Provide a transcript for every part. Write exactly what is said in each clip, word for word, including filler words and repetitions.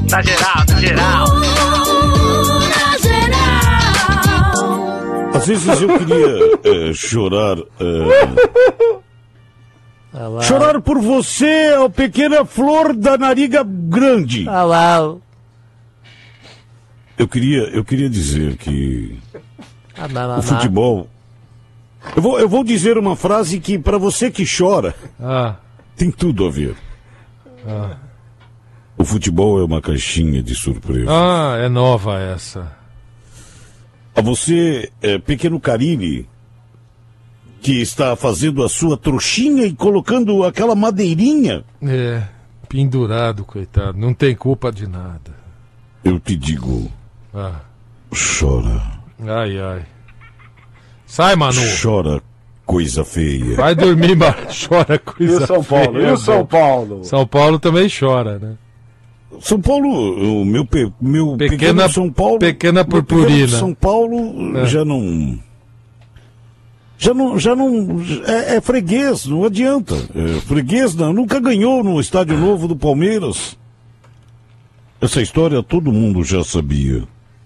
Tá geral, tá geral. Às vezes eu queria é, chorar. É... Ah, chorar por você, ó pequena flor da nariga grande. Ah, lá. Eu queria, eu queria dizer que Ah, não, não, o futebol. Eu vou, eu vou dizer uma frase que, para você que chora, Ah. tem tudo a ver. Ah. O futebol é uma caixinha de surpresa. Ah, é nova essa. A você, é, pequeno Carilli, que está fazendo a sua trouxinha e colocando aquela madeirinha. É, pendurado, coitado. Não tem culpa de nada. Eu te digo, Ah. chora. Ai, ai. Sai, Manu. Chora, coisa feia. Vai dormir, mas chora coisa E o São Paulo? feia, E o São Paulo? São Paulo também chora, né? São Paulo, o meu, pe, meu Pequena- pequeno São Paulo. pequena meu purpurina. pequeno São Paulo É. já não. Já não. Já não é, é freguês, não adianta. É, freguês não, nunca ganhou no Estádio Novo do Palmeiras. Essa história todo mundo já sabia.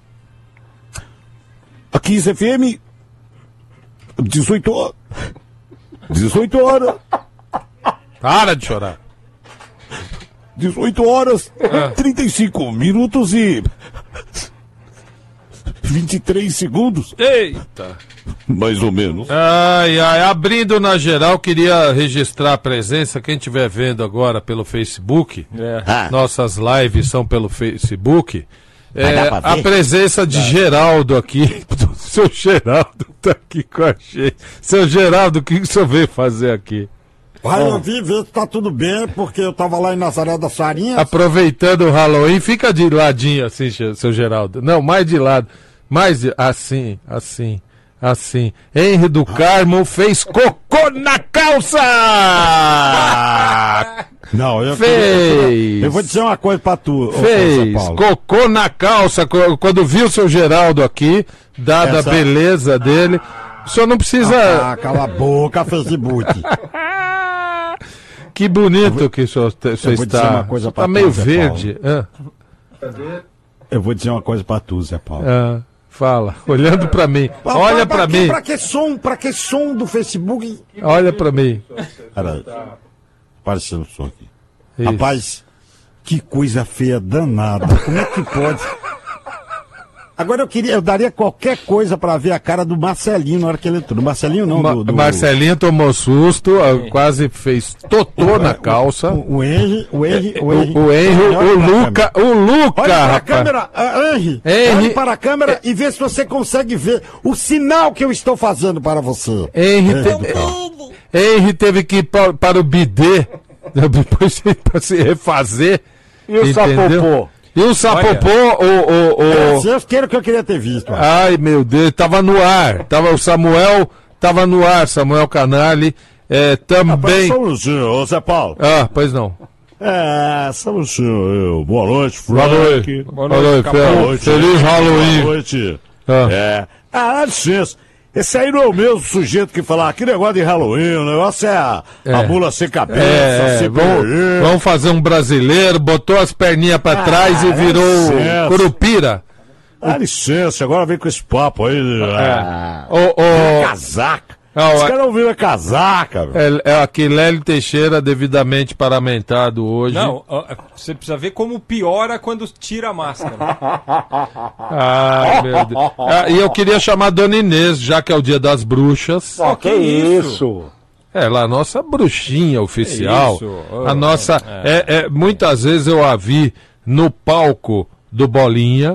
A Kiss F M, dezoito horas. dezoito horas. Para de chorar. dezoito horas, É. trinta e cinco minutos e vinte e três segundos, Eita. mais ou menos. Ai, ai. Abrindo na geral, queria registrar a presença. Quem estiver vendo agora pelo Facebook, É. Ah, nossas lives são pelo Facebook. Mas É, dá pra a ver? presença de Geraldo aqui. Seu Geraldo tá aqui com a gente. Seu Geraldo, o que que o senhor veio fazer aqui? Vai, eu vi ver se tá tudo bem, porque eu tava lá em Nazaré das Farinhas. Aproveitando o Halloween, fica de ladinho assim, che- seu Geraldo. Não, mais de lado. Mais de... Assim, assim, assim. Henri do Carmo fez cocô na calça! Não, eu, Fez. eu vou dizer uma coisa pra tu, ô, ô, São Fez Paulo. cocô na calça. Co- Quando viu o seu Geraldo aqui, dada Essa- a beleza dele, o senhor não precisa... Ah, cala a boca, Facebook. Que bonito que o senhor, te- o senhor eu vou dizer está. uma coisa Está pra meio tu, Zé verde. Ah, Eu vou dizer uma coisa pra tu, Zé Paulo. ah, fala, olhando pra mim. Pra- Olha pra- pra pra que- mim. Pra que som, pra que som do Facebook? Olha pra mim. Peraí. Apareceu o som aqui. Isso. Rapaz, que coisa feia danada. Como é que pode? Agora eu queria, eu daria qualquer coisa pra ver a cara do Marcelinho na hora que ele entrou. Do Marcelinho não, Ma- do, do Marcelinho tomou susto, ah, quase fez totô na calça. O, o Henry, o Henry, O, o Henry. o Henry, Olha o pra Luca, câmera. o Luca, Olha para a rapaz. câmera, ah, Henry. Henry. Olhe para a câmera e vê se você consegue ver o sinal que eu estou fazendo para você. Henry, Henry te- do carro. Henry teve que ir pa- para o bidê, depois para se refazer. E o entendeu? Sapopô? E o Sapopô, o, o, o, Esse é o que eu queria ter visto. ó. Ai, meu Deus, tava no ar. Tava, o Samuel tava no ar, Samuel Canali. É, também. Saúde, ô Zé Paulo. Ah, pois não. É, saúde, eu. Boa noite, Boa Frank. noite. Boa Boa noite, noite, Capão. Fel. Boa noite. Feliz Halloween. Boa noite. Ah. É. Ah, dá licença. Esse aí não é o mesmo sujeito que falar que negócio de Halloween, o negócio é a, É. a mula sem cabeça, É, sem vamos, perder. vamos fazer um brasileiro, botou as perninhas pra trás e virou licença. curupira. Dá licença, agora vem com esse papo aí. Ah, O, o, casaca. Ah, Os o- caras não viram casaca, velho. é, é aqui, Lélio Teixeira, devidamente paramentado hoje. Não, ó, você precisa ver como piora quando tira a máscara. Ai, meu Deus. Ah, e eu queria chamar a Dona Inês, já que é o dia das bruxas. Ah, que isso? Ela é a nossa bruxinha oficial. isso? Oh, a nossa. É. É, muitas vezes eu a vi no palco do Bolinha.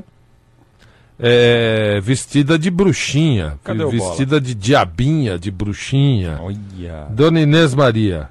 É, vestida de bruxinha. Cadê o vestida de diabinha, de bruxinha. Olha. Dona Inês Maria.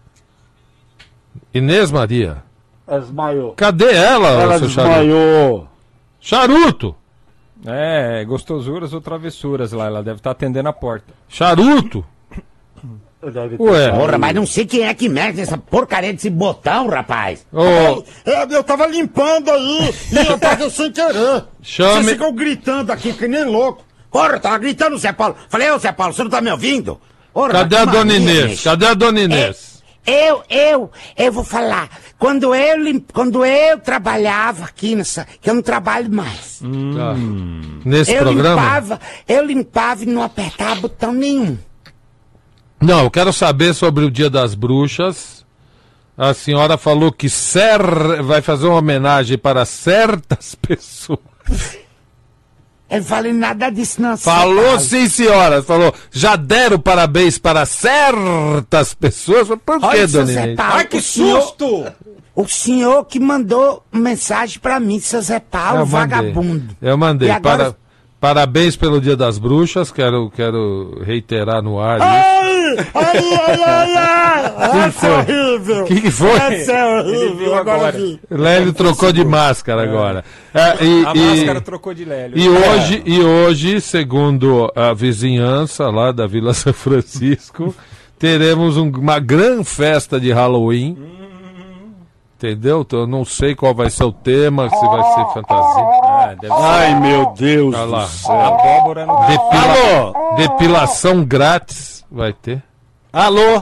Inês Maria. Desmaiou. Cadê ela, Ela seu charuto? desmaiou. Charuto! É, gostosuras ou travessuras lá. Ela deve estar atendendo a porta. Charuto! Deve ter Ué. saído. Porra, mas não sei quem é que mexe nessa porcaria desse botão, rapaz. Ô, Eu, eu tava limpando aí e eu tava sem querer. Chame- Vocês ficam gritando aqui que nem louco. Porra, eu tava gritando, Zé Paulo. Falei, ô Zé Paulo, você não tá me ouvindo? Porra, cadê mas a que Dona mania, Inês? gente. Cadê a Dona Inês? É, eu, eu, eu vou falar. Quando eu, lim- quando eu trabalhava aqui nessa, que eu não trabalho mais. Tá. Nesse eu programa? limpava, eu limpava e não apertava botão nenhum. Não, eu quero saber sobre o Dia das Bruxas. A senhora falou que cer... vai fazer uma homenagem para certas pessoas. Eu não falei nada disso, não. Falou Paulo. sim, senhora. Falou, já deram parabéns para certas pessoas. Por que, Olha, seu dona Zé Inês? Paulo, Ai, que o senhor- susto! O senhor que mandou mensagem pra mim, seu Zé Paulo, Eu mandei. vagabundo. Eu mandei. E agora- Para... Parabéns pelo Dia das Bruxas. Quero, quero reiterar no ar. isso. Ai, ai, ai, ai, ai. Essa é horrível. O que, que foi? Essa é Ele horrível. viu Agora agora. vi. Lélio trocou de máscara agora. É, e, A e- máscara trocou de Lélio. E hoje, e hoje, segundo a vizinhança lá da Vila São Francisco, teremos um- uma grande festa de Halloween. Entendeu? Então, eu não sei qual vai ser o tema, se vai ser fantasia. Ah, deve ser Ai, meu Deus Olha lá. do céu. abóbora no Depila- Alô? Depilação grátis vai ter. Alô?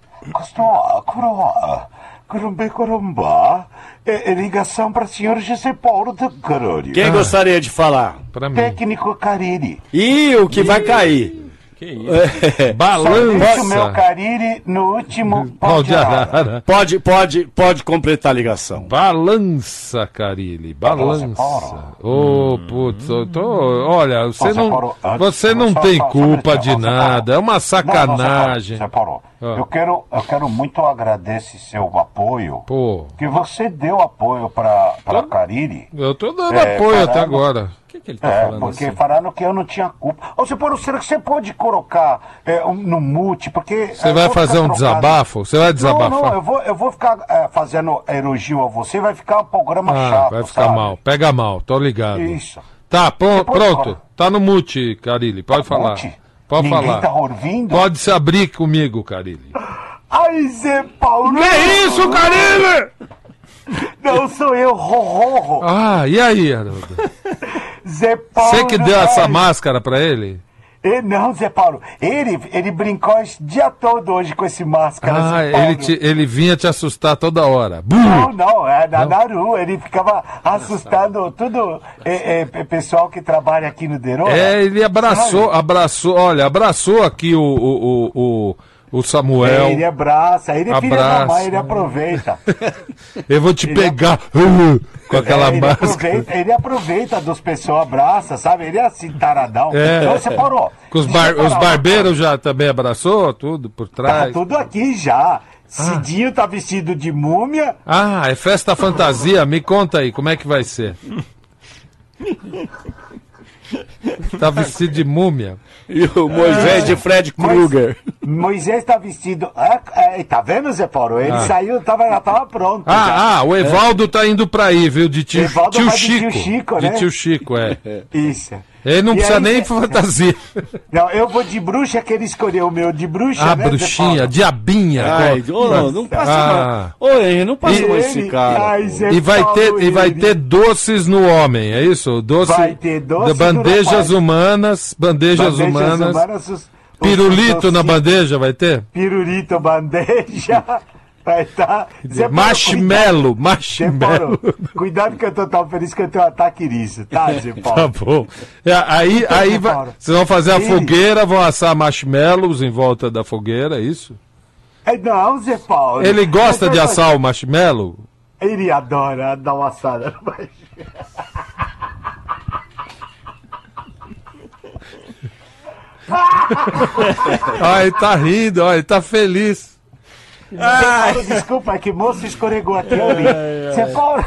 Corumbe Corumbá, é, é ligação para o senhor José Paulo do Carolho. Quem gostaria de falar? Pra mim. Técnico Cariri. Ih, o que vai cair? Que isso? Deixa o meu Balança. Cariri no último Pau de arara. arara. Pode, pode, pode completar a ligação. Balança, Carilli. Balança. Ô, putz, eu tô. Olha, você Zé não. Paulo, antes- Você não só- tem só- só culpa um de minutinho, Zé Paulo. nada. É uma Não, não, Zé Paulo, sacanagem. Zé Paulo, Ah. eu, quero, eu quero muito agradecer seu apoio. Pô, Que você deu apoio para para Cariri. eu tô dando É, apoio até caramba. agora. O que, que ele tá É, falando porque assim? falaram que eu não tinha culpa. Ô, você pode, será que você pode colocar é, um, no mute, porque... Você eu vai vou fazer ficar um trocando. desabafo? Você vai Não, desabafar? não, eu vou, eu vou ficar é, fazendo elogio a você, vai ficar um programa Ah, chato, vai ficar sabe? mal. Pega mal, tô ligado. Isso. Tá, pô- Você pode pronto. falar. Tá no mute, Carilli. Pode falar. Mute? Pode Ninguém falar. tá ouvindo? Pode se abrir comigo, Carilli. Ai, Zé Paulo! Que isso, Carilli? Não sou eu, Rorro! Ah, e aí, Haroldo? Zé Paulo! Você que deu não essa é. máscara pra ele? E não, Zé Paulo, ele, ele brincou esse dia todo hoje com esse máscara, Ah, Zé Paulo. ele, te- ele vinha te assustar toda hora. Não, Burro! não, é na, na rua, ele ficava assustando tudo, é, é, pessoal que trabalha aqui no Deron. É, ele abraçou, abraçou, olha, abraçou aqui o, o, o, o, o Samuel. Ele abraça, ele é filho da Abraça. mãe, ele aproveita. Eu vou te Ele pegar uh, com aquela É, ele, máscara. aproveita, ele aproveita dos pessoal, abraça, sabe? Ele é assim, taradão. É, Então você parou. Com os, Deixa bar- eu falar os uma barbeiros já também abraçou, tudo por Tá trás. tudo aqui já. Cidinho tá vestido de múmia. Ah, é festa fantasia? Me conta aí, como é que vai ser? Tá vestido de múmia? E o Moisés de Fred Krueger. Moisés tá vestido. É, é, tá vendo, Zé Paulo? Ele saiu, tava, já tava pronto. já. Ah, ah, o Evaldo tá indo pra aí, viu? De tio, Evaldo tio vai de Chico. tio Chico, De né? tio Chico, é. Isso. Ele não E precisa aí, nem Zé- fantasia. Não, eu vou de bruxa, que ele escolheu o meu de bruxa, Ah, né, Zé bruxinha, Paulo? diabinha. Ai, go- ô, não, não passa Ah. não. Ô, Henrique, não passa E com ele- esse cara. ai, Zé E vai Paulo, ter, e vai ele- ter doces no homem, é isso? Doce, Vai ter doce de bandejas do rapaz. humanas, bandejas, Bandejas humanas. humanas, os- os- Pirulito os na docinhos. bandeja vai ter? Pirulito, bandeja. Vai estar. Marshmallow, Zé marshmallow. Paulo, cuidado que eu tô tão feliz que eu tenho um ataque riso, tá, Zé Tá Paulo? bom. É, aí aí Zé vai, Paulo. vocês vão fazer a Sim. fogueira, vão assar marshmallows em volta da fogueira, é isso? É, não, Zé Paulo. Ele gosta Mas de eu- assar o marshmallow? Ele adora dar uma assada no baixo. Ah, ele tá rindo, ó, ele tá feliz. Zé Paulo, desculpa, é que moço escorregou aqui. Zé Paulo.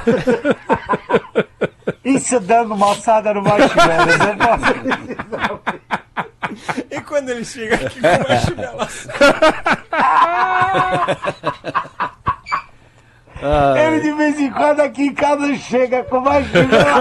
Isso dando uma assada no marshmallow, Zé Paulo. E quando ele chega aqui com o marshmallow? Ele de vez em quando aqui em casa chega com marshmallow.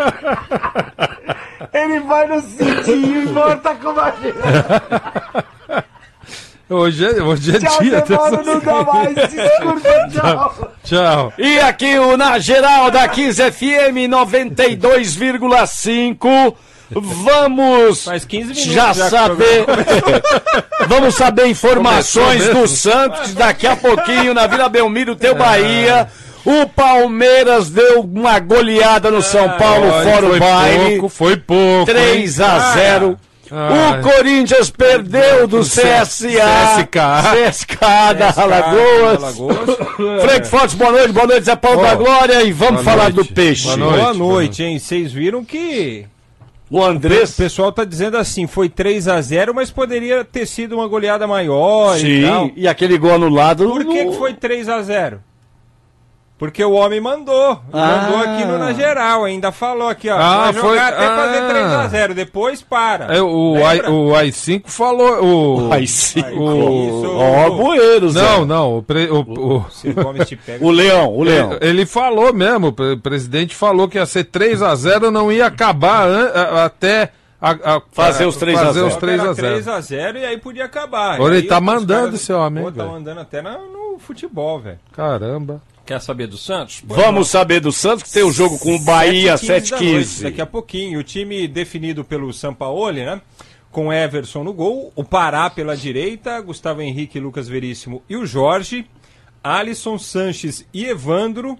Ele vai no cintinho e volta com marshmallow. Hoje é, hoje é Tchau, dia. Zé Paulo, não dá mais. Desculpa, tchau. Tchau. E aqui o Na Geral da Kiss F M noventa e dois vírgula cinco. Vamos Faz quinze minutos já já que saber. Vamos saber informações Começou do Santos. Daqui a pouquinho, na Vila Belmiro, teu Bahia. O Palmeiras deu uma goleada no São Paulo, Olha, fora foi o baile. pouco, foi pouco. três a zero. Ah. O Corinthians perdeu do C S A. C S K. C S K da Alagoas. Frank Fortes, boa noite. Boa noite, Zé Paulo Ó, da Glória. E vamos boa falar noite. do peixe. Boa Boa noite, noite, hein? Vocês viram que O Andrés. o pessoal tá dizendo assim, foi três a zero, mas poderia ter sido uma goleada maior e tal. Sim, e aquele gol anulado. Por que, que foi três a zero? Porque o homem mandou. Ah. Mandou aqui no Na Geral. Ainda falou aqui, ó. Ah, vai jogar foi- até ah. fazer três a zero. Depois para. É, o, Lembra? I, o I cinco falou. O, Aí sim. o- Isso. Ó, Bueiros. Não, não. O, pre- o, o- Se o Gomes te pega. O Leão, o Leão. ele, ele falou mesmo. O pre- presidente falou que ia ser três a zero, não ia acabar an- a- até. a- a- Fazer os três a fazer zero. os três a zero. três a zero e aí podia acabar. Agora E ele aí tá os mandando caras- esse homem, Pô, tá velho. mandando até na- no futebol, velho. Caramba. Quer saber do Santos? Vamos saber do Santos, que tem o jogo com o Bahia, sete da e noite, quinze. Daqui a pouquinho. O time definido pelo Sampaoli, né? Com Everson no gol, o Pará pela direita, Gustavo Henrique, Lucas Veríssimo e o Jorge, Alisson, Sanches e Evandro.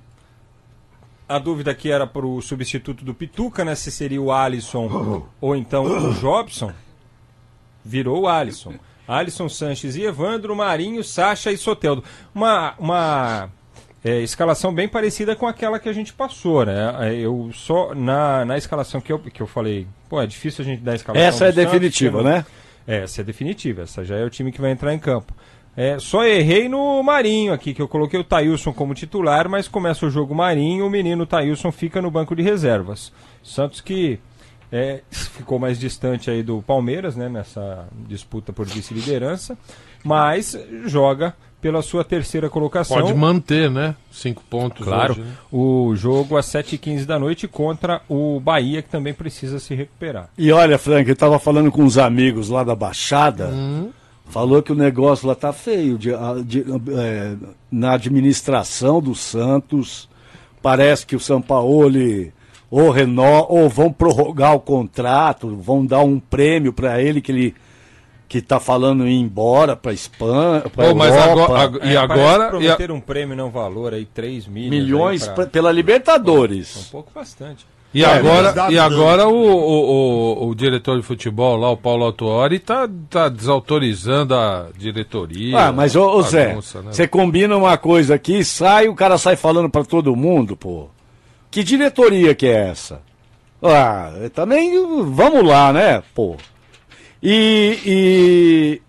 A dúvida aqui era para o substituto do Pituca, né? Se seria o Alisson ou então o Jobson. Virou o Alisson. Alisson, Sanches e Evandro, Marinho, Sacha e Soteldo. Uma, uma é, escalação bem parecida com aquela que a gente passou, né? Eu só, na, na escalação que eu, que eu falei, pô, é difícil a gente dar a escalação Essa é do Santos, definitiva, porque não- né? Essa é definitiva, essa já é o time que vai entrar em campo. É, só errei no Marinho aqui, que eu coloquei o Thailson como titular, mas começa o jogo Marinho, o menino Thailson fica no banco de reservas. Santos que é, ficou mais distante aí do Palmeiras, né, nessa disputa por vice-liderança, mas joga pela sua terceira colocação. Pode manter, né? Cinco pontos. Claro, hoje, né? o jogo às sete e quinze da noite contra o Bahia, que também precisa se recuperar. E olha, Frank, eu tava falando com uns amigos lá da Baixada, falou que o negócio lá tá feio, de, de- é, na administração do Santos, parece que o Sampaoli ou renova, ou vão prorrogar o contrato, vão dar um prêmio para ele que ele que tá falando em ir embora para Espanha, para Pô, mas Europa, agora, ag- e É, agora. parece e a- prometer um prêmio não valor aí, três milhões. milhões aí pra- pra... pela Um Libertadores. pouco bastante. E É, agora, verdade, e né? agora o, o, o, o diretor de futebol lá, o Paulo Autuori, tá, tá desautorizando a diretoria. Ah, mas ô, ô Zé, bagunça, né? você combina uma coisa aqui, sai, o cara sai falando pra todo mundo, pô. Que diretoria que é essa? Ah, também vamos lá, né, pô. E, e...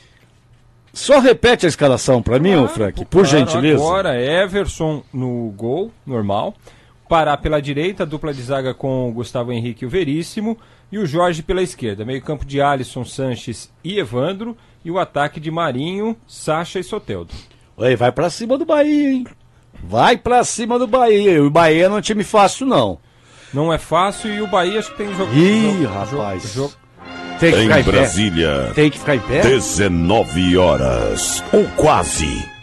só repete a escalação pra mim, ô Frank, por Claro, gentileza. Agora, Everson no gol, normal. Pará pela direita, dupla de zaga com o Gustavo Henrique e o Veríssimo. E o Jorge pela esquerda. Meio campo de Alisson, Sanches e Evandro. E o ataque de Marinho, Sacha e Soteldo. Oi, vai pra cima do Bahia, hein? Vai pra cima do Bahia. O Bahia não é um time fácil, não. Não é fácil e o Bahia acho que tem jogo... Ih, jogo- rapaz. jogo- Tem que ficar Em em pé. Brasília, Tem que ficar em pé. dezenove horas, ou quase.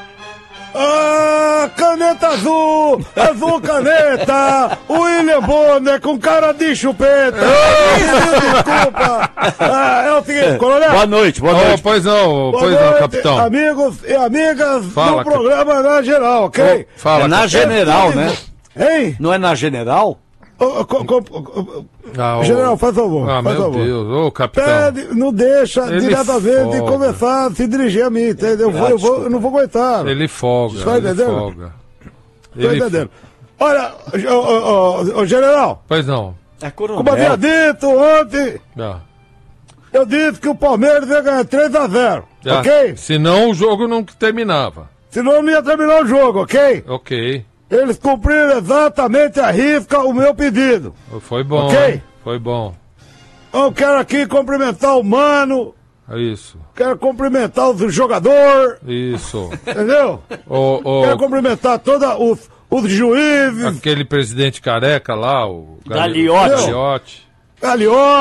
Ah, caneta azul! Azul caneta! William Bonner com cara de chupeta! Desculpa! Ah, é o seguinte, coronel. Boa noite, boa Ô, noite. pois não, Boa pois não, noite, capitão. Amigos e amigas Fala, do programa Na Geral, ok? Fala, É na capitão. General, né? Hein? Não é na General? Ô, co- co- co- Ah, ô- General, faz favor. Ah, faz meu favor. Deus, ô capitão. Pede, não deixa Ele diretamente folga. começar a se dirigir a mim, entendeu? Eu, vou- eu, vou- eu não vou aguentar. Ele folga, Tá ele entendendo? folga. Tô Ele entendendo. Olha, ô, ô, ô, ô, general, Pois não. É como eu havia dito ontem, Ah. eu disse que o Palmeiras ia ganhar três a zero, Já. ok? Senão o jogo não terminava. Senão não ia terminar o jogo, ok? Ok. Eles cumpriram exatamente a risca o meu pedido. Foi bom. Ok. hein? Foi bom. Eu quero aqui cumprimentar o Mano, É isso. quero cumprimentar os jogadores, Isso. entendeu? O, o- Quero cumprimentar todos os, os juízes, aquele presidente careca lá, o Gali- Gagliotti. Gagliotti.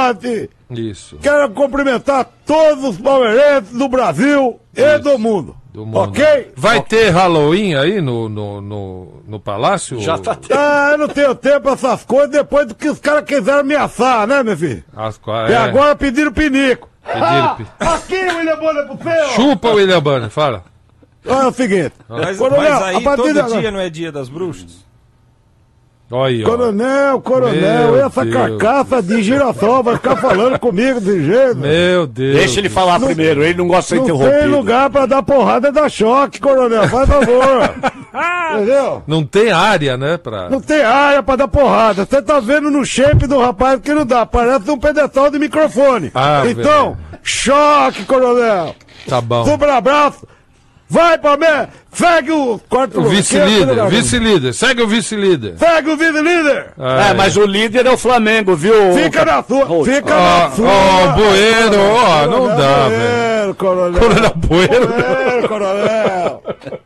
Galiote. Isso. Quero cumprimentar todos os palmeirenses do Brasil e do mundo. do mundo. Ok? Vai ter Halloween aí no, no, no, no Palácio? Já tá tendo. Ah, eu não tenho tempo pra essas coisas depois do que os caras quiseram me assar, né, meu filho? As, qua- E é, agora pediram pinico. pediram Ah, pi- aqui, William Bonner, pro seu. Chupa, William Banner, fala. Olha é o seguinte. Mas, Coronel, mas a aí partir todo de agora- dia não é dia das bruxas? Olha aí, ó. Coronel, coronel, Meu essa Deus. carcaça de girassol vai ficar falando comigo desse jeito. Meu Deus. Deixa ele falar primeiro, ele não gosta de ser Não tem interrompido. lugar pra dar porrada e dar choque, coronel, faz favor. Entendeu? Não tem área, né? Pra... Não tem área pra dar porrada. Você tá vendo no shape do rapaz que não dá. Parece um pedestal de microfone. Ah, então, velho. choque, coronel. Tá bom. Super abraço. Vai, Palmeiras. Segue o quarto O lugar. vice-líder, vice-líder. Segue o vice-líder. Segue o vice-líder. É, mas o líder é o Flamengo, viu? Fica na sua. Ô, Fica Ó, na sua. ó, Bueno, ó, não Coronel dá, velho. Coronel, Coronel Bueno. Coronel, coronel.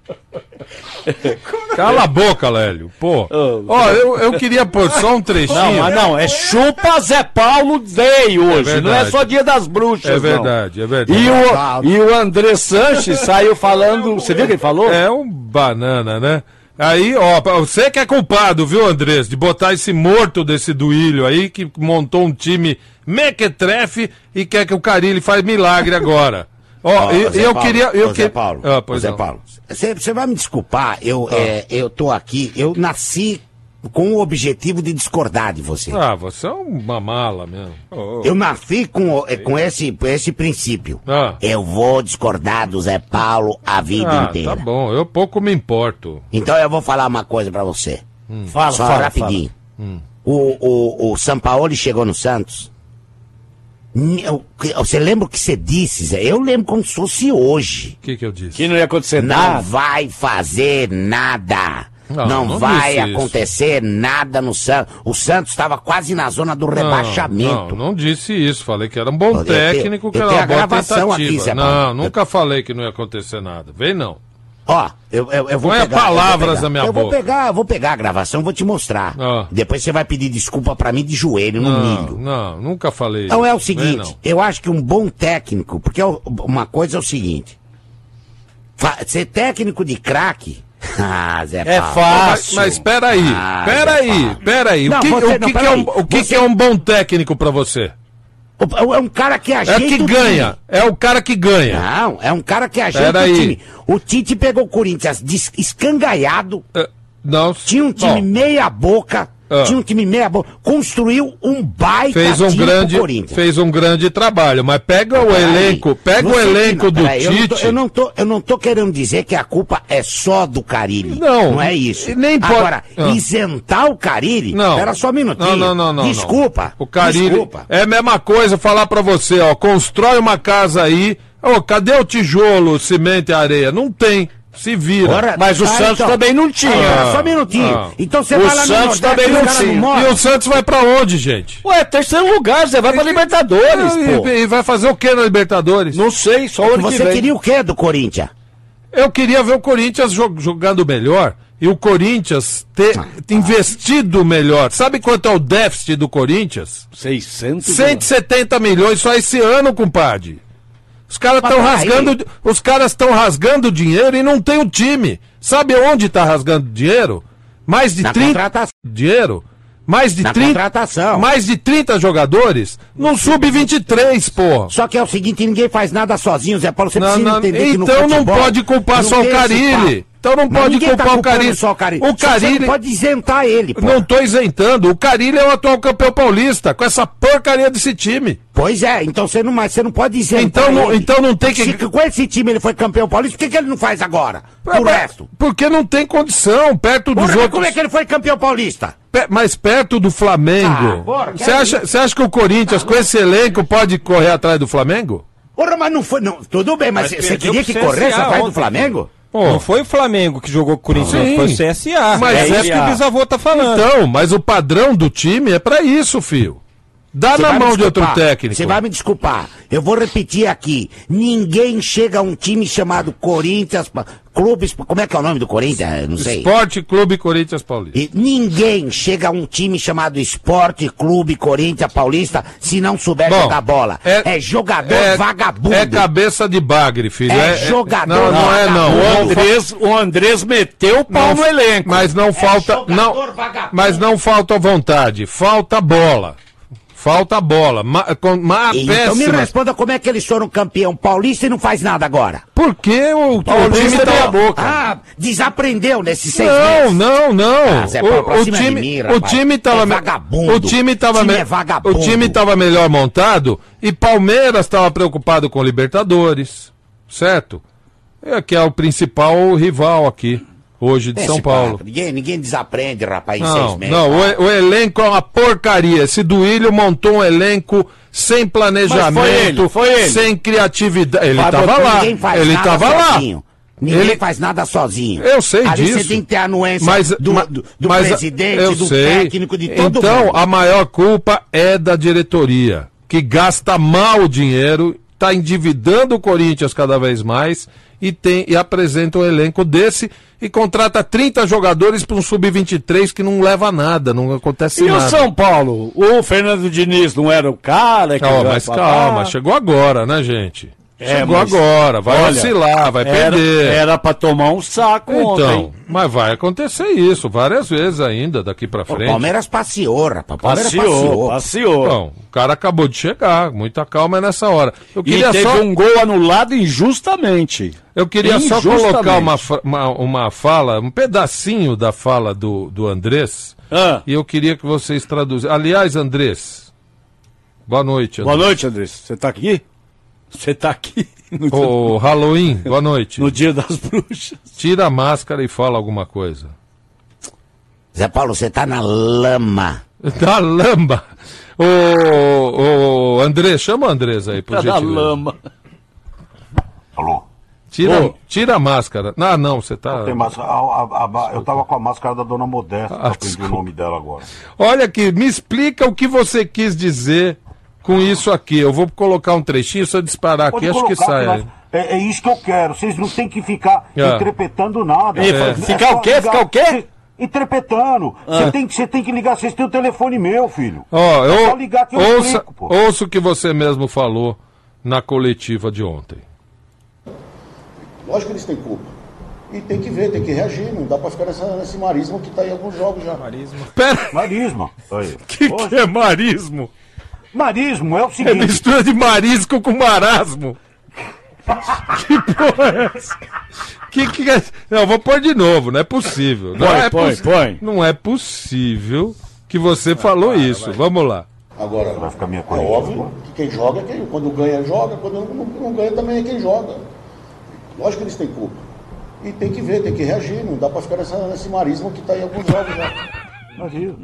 Cala a boca, Lélio. Pô. Ó, eu, eu queria pôr só um trechinho. Não, mas não, é chupa Zé Paulo Day hoje, verdade. não é só dia das bruxas, É não. verdade, é verdade. E o, e o André Sanches saiu falando, você viu o que ele falou? É um banana, né? Aí, ó, você que é culpado, viu, Andrés, de botar esse morto desse Duílio aí, que montou um time mequetrefe e quer que o Carille faz milagre agora. Ó, Ó, e- Zé eu Paulo, queria... Eu ô, que... Zé Paulo, Ah, ô, pois Zé não. Paulo, você vai me desculpar, eu, Ah. é, eu tô aqui, eu nasci com o objetivo de discordar de você. Ah, você é uma mala mesmo. Eu nasci com, o- é, com esse, esse princípio. Ah. Eu vou discordar do Zé Paulo a vida Ah, inteira. tá bom, eu pouco me importo. Então eu vou falar uma coisa pra você. Fala, Só fala, rapidinho. Hum. O, o, o Sampaoli chegou no Santos. N- o que- Você lembra o que você disse, Zé? Eu lembro como se fosse hoje. O que que eu disse? Que não ia acontecer Não nada. vai fazer nada. Não, Não, não vai disse isso. acontecer nada no Santos. O Santos estava quase na zona do Não, rebaixamento. Não, não disse isso. Falei que era um bom Eu tenho- técnico, que eu era tenho uma a boa gravação tentativa. aqui, Zé não, Paulo. nunca falei que não ia acontecer nada. Vem não. Ó, eu, eu, eu vou Põe pegar. palavras eu vou pegar. na minha eu vou boca. pegar, eu vou pegar a gravação, vou te mostrar. Ah. Depois você vai pedir desculpa pra mim de joelho, no Não, milho. não, nunca falei Então é o Vem seguinte, não. eu acho que um bom técnico, porque é o- uma coisa é o seguinte, fa- ser técnico de craque, ah, Zé É Paulo. fácil. Mas, mas peraí, Ah, peraí, Zé Paulo. peraí. O Não, que, você- o não, que, que é peraí. um, o que, Você- que é um bom técnico pra você? O- É um cara que É ajeita que o ganha, time. é o cara que ganha. Não, é um cara que ajeita Pera o aí. time. O Tite pegou o Corinthians des- escangaiado, É, Não, tinha um time ó, meia boca, Ah. tinha um time meia boca, construiu um baita fez um time pro grande, Corinthians. fez um grande trabalho, mas pega o Peraí, elenco, pega o você que elenco não- do peraí, eu não tô- Tite. Eu não, tô, eu não tô querendo dizer que a culpa é só do Carille. Não, Não é isso. e nem pode- Agora, Ah. isentar o Carille. Não. Espera só um minutinho. Não, não, não, não. Desculpa. Não. O Carille Desculpa. é a mesma coisa falar pra você, ó, constrói uma casa aí, ô, cadê o tijolo, o cimento e a areia? Não tem. Se vira. Ora, Mas o ah, Santos então. também não tinha. Ah, só um minutinho. Ah. Então você O vai lá no Santos Nordeste, também os não caras tinha. moram. E o Santos vai pra onde, gente? Ué, terceiro lugar, Zé, vai pra Libertadores, pô. E, e vai fazer o que na Libertadores? Não sei, só o ano que Você vem. queria o quê do Corinthians? Eu queria ver o Corinthians jo- jogando melhor e o Corinthians ter Ah. investido melhor. Sabe quanto é o déficit do Corinthians? seiscentos? cento e setenta milhões só esse ano, compadre. Os caras Mas estão peraí. rasgando, os caras estão rasgando dinheiro e não tem o time. Sabe onde está rasgando dinheiro? Mais de Na trinta contratação. dinheiro. Mais de Na trinta contratação. mais de trinta jogadores no sub vinte e três, porra. Só que é o seguinte, ninguém faz nada sozinho, Zé Paulo. Você Não, precisa não, entender que no então não futebol pode culpar não só o tem esse Carille. papo. Então não Mas pode ninguém culpar tá o culpando Carille. Só o Carille. O Só que você Carille não pode isentar ele, pô. não tô isentando. O Carille é o atual campeão paulista com essa porcaria desse time. Pois é, então você não, mas você não pode isentar Então não- ele. então não tem que- Se com esse time ele foi campeão paulista, por que, que ele não faz agora? O Mas- resto. Porque não tem condição perto dos Porra, mas outros. como é que ele foi campeão paulista? Pe- Mas perto do Ah, Flamengo. porra, Você quero acha, ir. você acha que o Corinthians, com esse elenco, pode correr atrás do Flamengo? Porra, mas não foi. Não, tudo bem, mas, Mas você perdeu queria pro que C S A corresse atrás do ontem. Flamengo? Pô, Não foi o Flamengo que jogou com o Corinthians, Sim. foi o C S A. Mas é é isso que o bisavô tá falando. Então, mas o padrão do time é pra isso, filho. Dá Você na vai me mão de outro desculpar, técnico. Você vai me desculpar. Eu vou repetir aqui. Ninguém chega a um time chamado Corinthians, pa- Clubes, como é que é o nome do Corinthians? Não sei. Esporte Clube Corinthians Paulista. E ninguém chega a um time chamado Esporte Clube Corinthians Paulista se não souber Bom, jogar bola. é- É, jogador É, vagabundo. é cabeça de bagre, filho. É jogador Não, não é não. vagabundo. O Andrés, o Andrés meteu o pau no elenco. Mas não falta. jogador Não, vagabundo. mas não falta vontade. Falta bola. Falta bola. Ma, com, ma, Então me péssima. responda como é que eles foram campeão paulista e não faz nada agora. Por que o, o time meia tá... boca. Ah, desaprendeu nesses seis Não, meses. não, não. Ah, Zé Paulo, pra o, o cima de time, mim, o rapaz. time tava É me- vagabundo. o time tava O time me- é vagabundo. o time tava melhor montado e Palmeiras estava preocupado com Libertadores, certo? É que é o principal rival aqui hoje de Esse São Paulo. papo, Ninguém, ninguém desaprende, rapaz, em seis Não, meses. não, o, e- o elenco é uma porcaria. Esse Duílio montou um elenco sem planejamento, Mas foi ele, foi ele. sem criatividade. Ele Fábio, tava lá. Ninguém faz Ele nada tava lá. sozinho. Ninguém Ele- faz nada sozinho. Eu sei Ali disso. você tem que ter a anuência Mas, do, ma- do, do mas, presidente, eu do sei. técnico, de todo Então, mundo. a maior culpa é da diretoria, que gasta mal o dinheiro, está endividando o Corinthians cada vez mais e, tem, e apresenta um elenco desse e contrata trinta jogadores para um sub vinte e três que não leva a nada, não acontece E nada. o São Paulo? O Fernando Diniz não era o cara que... Calma, mas Ah, calma, chegou agora, né, gente? É, chegou mas, agora, vai olha, vacilar, vai Era, perder. era pra tomar um saco Então, ontem. mas vai acontecer isso várias vezes ainda daqui pra O frente. Palmeiras passeou, rapaz. O Palmeiras Passeou, passeou. passeou. Bom, o cara acabou de chegar, muita calma é nessa hora. Eu E queria teve só, um gol anulado injustamente. eu queria só Injustamente. colocar uma, fa- uma, uma fala, um pedacinho da fala do, do Andrés, Ah, e eu queria que vocês traduzissem. Aliás, Andrés, boa noite. boa Andrés. noite, Andrés. Você tá aqui? Você tá aqui no, Ô, Halloween, boa noite. no Dia das Bruxas. Tira a máscara e fala alguma coisa. Zé Paulo, você tá na lama. Da lamba. Ô, ô, Andrés, chama o Andrés aí, por Tá na gentileza. lama. Alô? Tira, Ô. tira a máscara. Ah, não, você tá... Tem máscara, a- a- a- eu tava com a máscara da dona Modesta, Ah, que eu aprendi o desculpa. nome dela agora. Olha aqui, me explica o que você quis dizer com isso aqui. Eu vou colocar um trechinho, se eu disparar aqui, Pode acho que colocar, sai. nós- é, é isso que eu quero. Vocês não tem que ficar Ah. interpretando nada. E, É ficar só o quê? ligar- Ficar o quê? Cê- Interpretando. Você Ah. tem, que- você tem que ligar. Vocês têm o telefone meu, filho. Ó, É só eu, ligar que eu ouça, explico, pô. ouça o que você mesmo falou na coletiva de ontem. Lógico que eles têm culpa. E tem que ver, tem que reagir. Não dá pra ficar nessa, nesse marismo que tá em alguns jogos já. Pera, Marismo. Aí. que que é marismo? Marismo é o É seguinte. mistura de marisco com marasmo. Que porra é essa? Que, que é... Não, vou pôr de novo, não é possível. Não Põe, é põe, possi- põe. Não é possível que você falou isso. Vamos lá. Agora, Vai ficar minha é coisa. óbvio que quem joga é quem. Quando ganha, joga. Quando não, não ganha, também é quem joga. Lógico que eles têm culpa. E tem que ver, tem que reagir. Não dá pra ficar nessa, nesse marismo que tá em alguns jogos já. Marismo.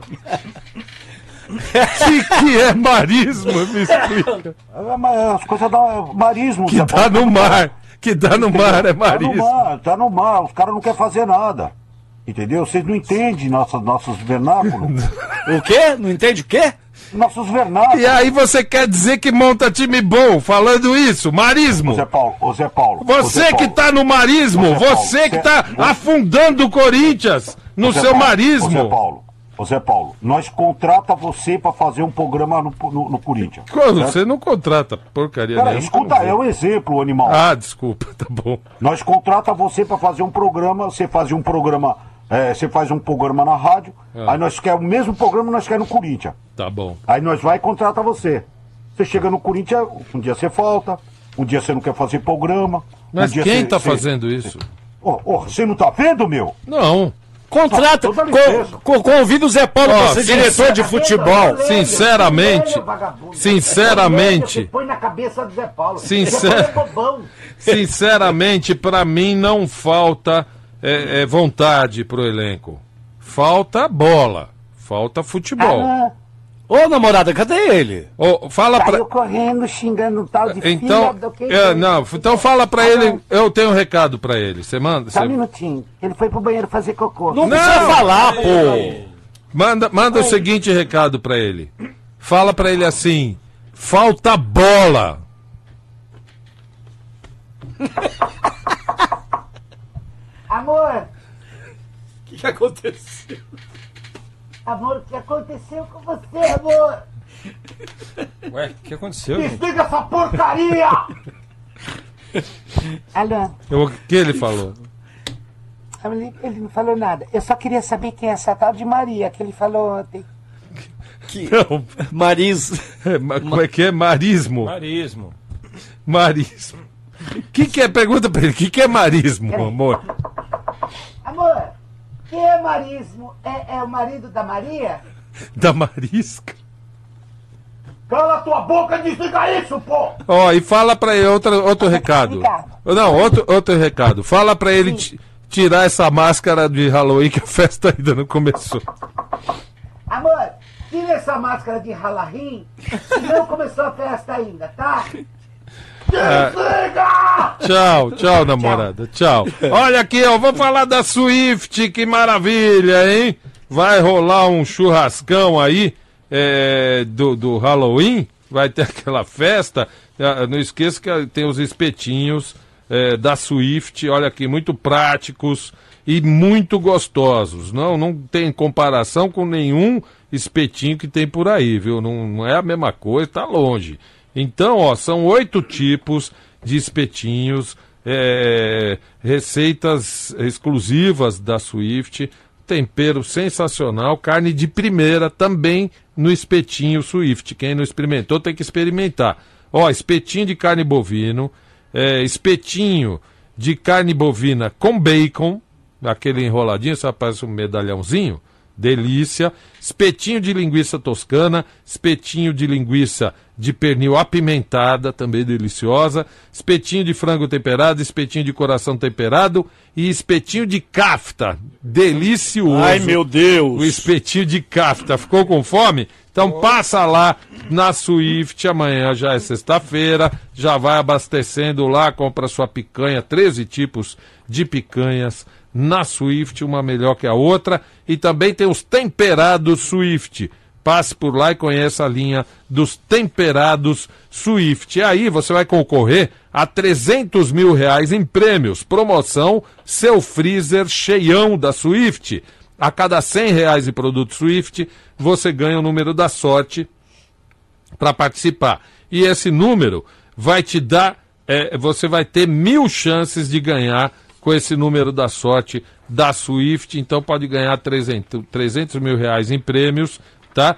Que que é marismo? Me explica. É, mas as coisas da marismo. Que Zé tá Paulo. no mar. Que tá no mar é Tá no marismo. mar, tá no mar. Os caras não querem fazer nada. Entendeu? Vocês não entendem nossos, nossos vernáculos. O quê? Não entende o quê? Nossos vernáculos. E aí você quer dizer que monta time bom falando isso? Marismo. Ô Zé Paulo, ô Zé Paulo. ô Você Zé que Paulo. tá no marismo, Ô, Zé Paulo, você que você- tá você- afundando o Corinthians no Ô, Zé seu Paulo, Ô Zé marismo. Paulo, ô Zé Paulo, nós contrata você pra fazer um programa no, no, no Corinthians. Quando você não contrata porcaria Cara, nenhuma. escuta, é um exemplo, animal. Ah, desculpa, tá bom. Nós contrata você pra fazer um programa, você faz um programa, é, você faz um programa na rádio, Ah. aí nós quer o mesmo programa nós quer no Corinthians. Tá bom. Aí nós vai e contrata você. Você chega no Corinthians, um dia você falta, um dia você não quer fazer programa. Mas um dia quem você- tá você- fazendo isso? Ô, ô, você não tá vendo, meu? Não. Contrata, Não, dá co- licença. co- convida o Zé Paulo Ó, pra ser sim, diretor de futebol. Sinceramente, sinceramente, Põe na cabeça do Zé Paulo. Sincer- sinceramente, pra mim não falta é, é, vontade pro elenco. Falta bola. Falta futebol. Ô, namorada, cadê ele? Ô, fala pra... correndo, xingando um tal de Então, é, não, então fala pra ele, eu tenho um recado pra ele. Você manda? Só um Você minutinho. Ele foi pro banheiro fazer cocô. Não, precisa falar, pô. manda, manda o seguinte recado pra ele. fala pra ele assim, falta bola. Amor, O que, que aconteceu? amor, o que aconteceu com você, amor? Ué, o que aconteceu, gente? Desliga essa porcaria! Alô, O que ele falou? ele, ele não falou nada. Eu só queria saber quem é essa tal de Maria que ele falou ontem. Não, Maris. é, ma- como é que é? Marismo. Marismo. Marismo. O que, que é? Pergunta pra ele, o que, que é marismo, amor? Amor, quem é marismo? É, é o marido da Maria? Da marisca? Cala tua boca e desliga isso, pô! Ó, e fala pra ele outro, outro recado. Obrigado. Não, outro, outro recado. Fala pra ele ti- tirar essa máscara de Halloween que a festa ainda não começou. Amor, tira essa máscara de Halloween, que não começou a festa ainda, tá? Desliga! Tchau, tchau, namorada. Tchau. Olha aqui, ó, vou falar da Swift, que maravilha, hein? Vai rolar um churrascão aí é, do, do Halloween, vai ter aquela festa. Ah, não esqueça que tem os espetinhos é, da Swift, olha aqui, muito práticos e muito gostosos. Não, não tem comparação com nenhum espetinho que tem por aí, viu? Não, não é a mesma coisa, tá longe. Então, ó, são oito tipos de espetinhos, é, receitas exclusivas da Swift, tempero sensacional, carne de primeira também no espetinho Swift. Quem não experimentou tem que experimentar. Ó, espetinho de carne bovino, é, espetinho de carne bovina com bacon, aquele enroladinho, só parece um medalhãozinho. Delícia. Espetinho de linguiça toscana, espetinho de linguiça de pernil apimentada, também deliciosa, espetinho de frango temperado, espetinho de coração temperado e espetinho de kafta, delicioso. Ai, meu Deus! O espetinho de kafta. Ficou com fome? Então passa lá na Swift, amanhã já é sexta-feira, já vai abastecendo lá, compra sua picanha, treze tipos de picanhas na Swift, uma melhor que a outra, e também tem os temperados Swift. Passe por lá e conheça a linha dos temperados Swift. E aí você vai concorrer a trezentos mil reais em prêmios. Promoção, seu freezer cheião da Swift. A cada cem reais em produto Swift, você ganha o número da sorte para participar. E esse número vai te dar, é, você vai ter mil chances de ganhar com esse número da sorte da Swift. Então pode ganhar trezentos mil reais em prêmios, tá?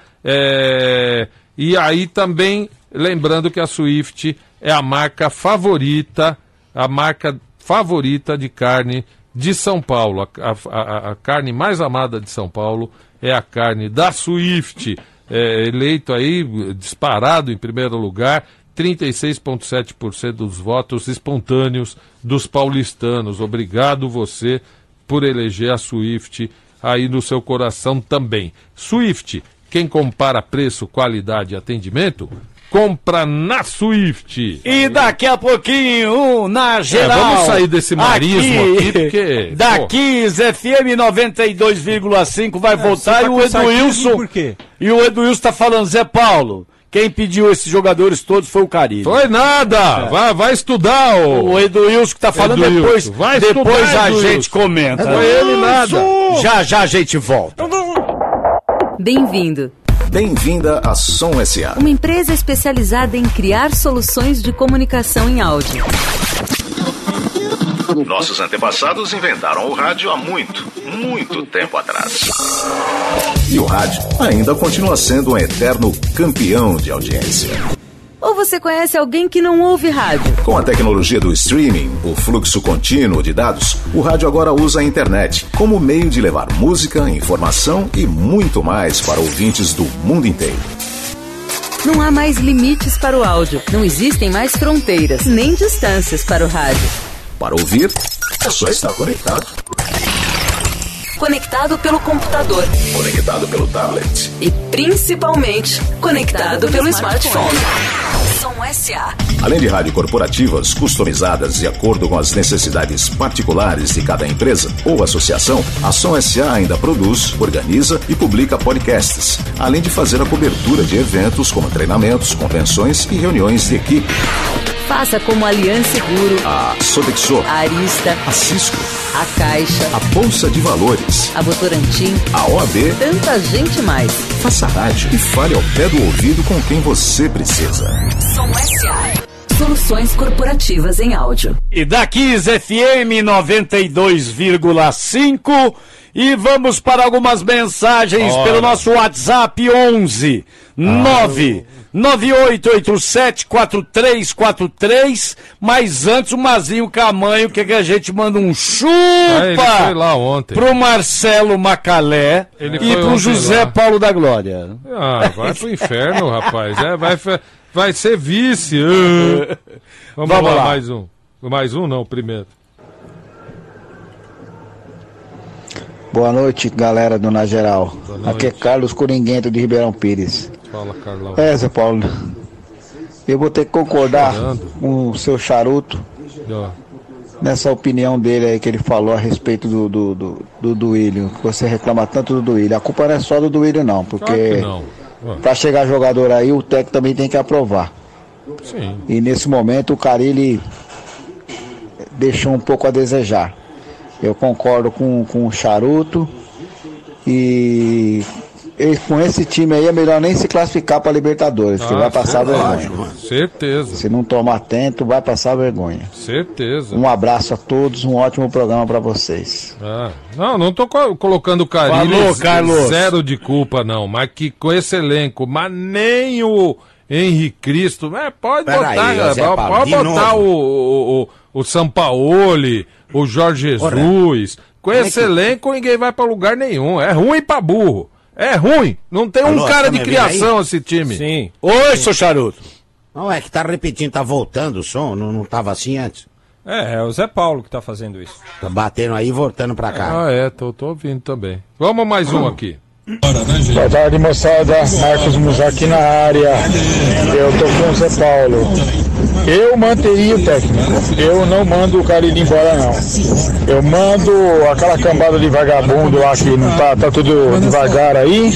É... E aí também, lembrando que a Swift é a marca favorita, a marca favorita de carne de São Paulo. A, a, a carne mais amada de São Paulo é a carne da Swift. É, eleito aí, disparado em primeiro lugar, trinta e seis vírgula sete por cento dos votos espontâneos dos paulistanos. Obrigado você por eleger a Swift aí no seu coração também. Swift, quem compara preço, qualidade e atendimento, compra na Swift. E daqui a pouquinho, na geral. É, vamos sair desse marismo aqui, porque... Daqui, F M noventa e dois vírgula cinco vai voltar e o Edu Wilson... Por quê? E o Edu Wilson tá falando, Zé Paulo, quem pediu esses jogadores todos foi o Carille. Foi nada! É. Vai, vai estudar, ô. O Edu Wilson que tá falando Edu depois. Vai depois estudar, a Edu gente Wilson. comenta. Não foi ele nada. Já, já a gente volta. Bem-vindo. Bem-vinda à Som S A. Uma empresa especializada em criar soluções de comunicação em áudio. Nossos antepassados inventaram o rádio há muito, muito tempo atrás. E o rádio ainda continua sendo um eterno campeão de audiência. Ou você conhece alguém que não ouve rádio? Com a tecnologia do streaming, o fluxo contínuo de dados, o rádio agora usa a internet como meio de levar música, informação e muito mais para ouvintes do mundo inteiro. Não há mais limites para o áudio. Não existem mais fronteiras, nem distâncias para o rádio. Para ouvir, é só estar conectado. Conectado pelo computador. Conectado pelo tablet. E principalmente conectado, conectado pelo, pelo smartphone. smartphone. Som S A. Além de rádio corporativas customizadas de acordo com as necessidades particulares de cada empresa ou associação, a Som S A ainda produz, organiza e publica podcasts, além de fazer a cobertura de eventos como treinamentos, convenções e reuniões de equipe. Faça como a Aliança Seguro, A Sodexo, a Arista, a Cisco, a Caixa, a Bolsa de Valores, a Votorantim, a O A B, tanta gente mais. faça rádio e fale ao pé do ouvido com quem você precisa. Som S A. Soluções corporativas em áudio. E da Kiss F M noventa e dois vírgula cinco e vamos para algumas mensagens Ora. pelo nosso WhatsApp onze nove nove oito oito sete quatro três quatro três, mas antes o Mazinho Camanho quer que a gente manda um chupa Ah, ele foi lá ontem. pro Marcelo Macalé Ele e foi pro ontem José lá. Paulo da Glória. Ah, vai pro inferno, rapaz. É, vai, vai ser vice. Ah. Vamos, Vamos lá, lá. mais um. Mais um não, primeiro. Boa noite, galera do Na Geral. noite. Aqui é Carlos Coringuento de Ribeirão Pires. Fala, Carlão. É, Zé Paulo, eu vou ter que concordar Chorando. com o seu charuto Ó, nessa opinião dele aí que ele falou a respeito do, do, do, do Duílio, que você reclama tanto do Duílio. A culpa não é só do Duílio não, claro porque que não. Ó, para chegar jogador aí o técnico também tem que aprovar. sim. E nesse momento o Carille deixou um pouco a desejar. Eu concordo com, com o charuto e, e com esse time aí é melhor nem se classificar para Libertadores, que Ah, vai passar verdade. vergonha. Certeza, Se não tomar atento, vai passar vergonha. certeza. Um abraço a todos, um ótimo programa para vocês. Ah, não, não tô co- colocando o Carilho Falou, Carlos. zero de culpa, não. Mas que com esse elenco, mas nem o Henrique Cristo. É, pode Pera botar, aí, cara, Zé pode Paulo, de botar novo. o, o, o, o Sampaoli, o Jorge Jesus. Com esse é que- elenco, ninguém vai pra lugar nenhum. É ruim pra burro. É ruim. Não tem um Alô, cara tá de me criação ouvindo esse time. Sim. Oi, seu charuto. Não, é que tá repetindo, tá voltando o som, não, não tava assim antes. É, é o Zé Paulo que tá fazendo isso. Tá batendo aí e voltando pra cá. Ah, é, tô, tô ouvindo também. Vamos mais um aqui. Boa tarde, moçada. Marcos Muzaki na área. Eu tô com o Zé Paulo. Eu manteria o técnico. Eu não mando o cara ir embora, não. Eu mando aquela cambada de vagabundo lá que não tá, tá tudo devagar aí.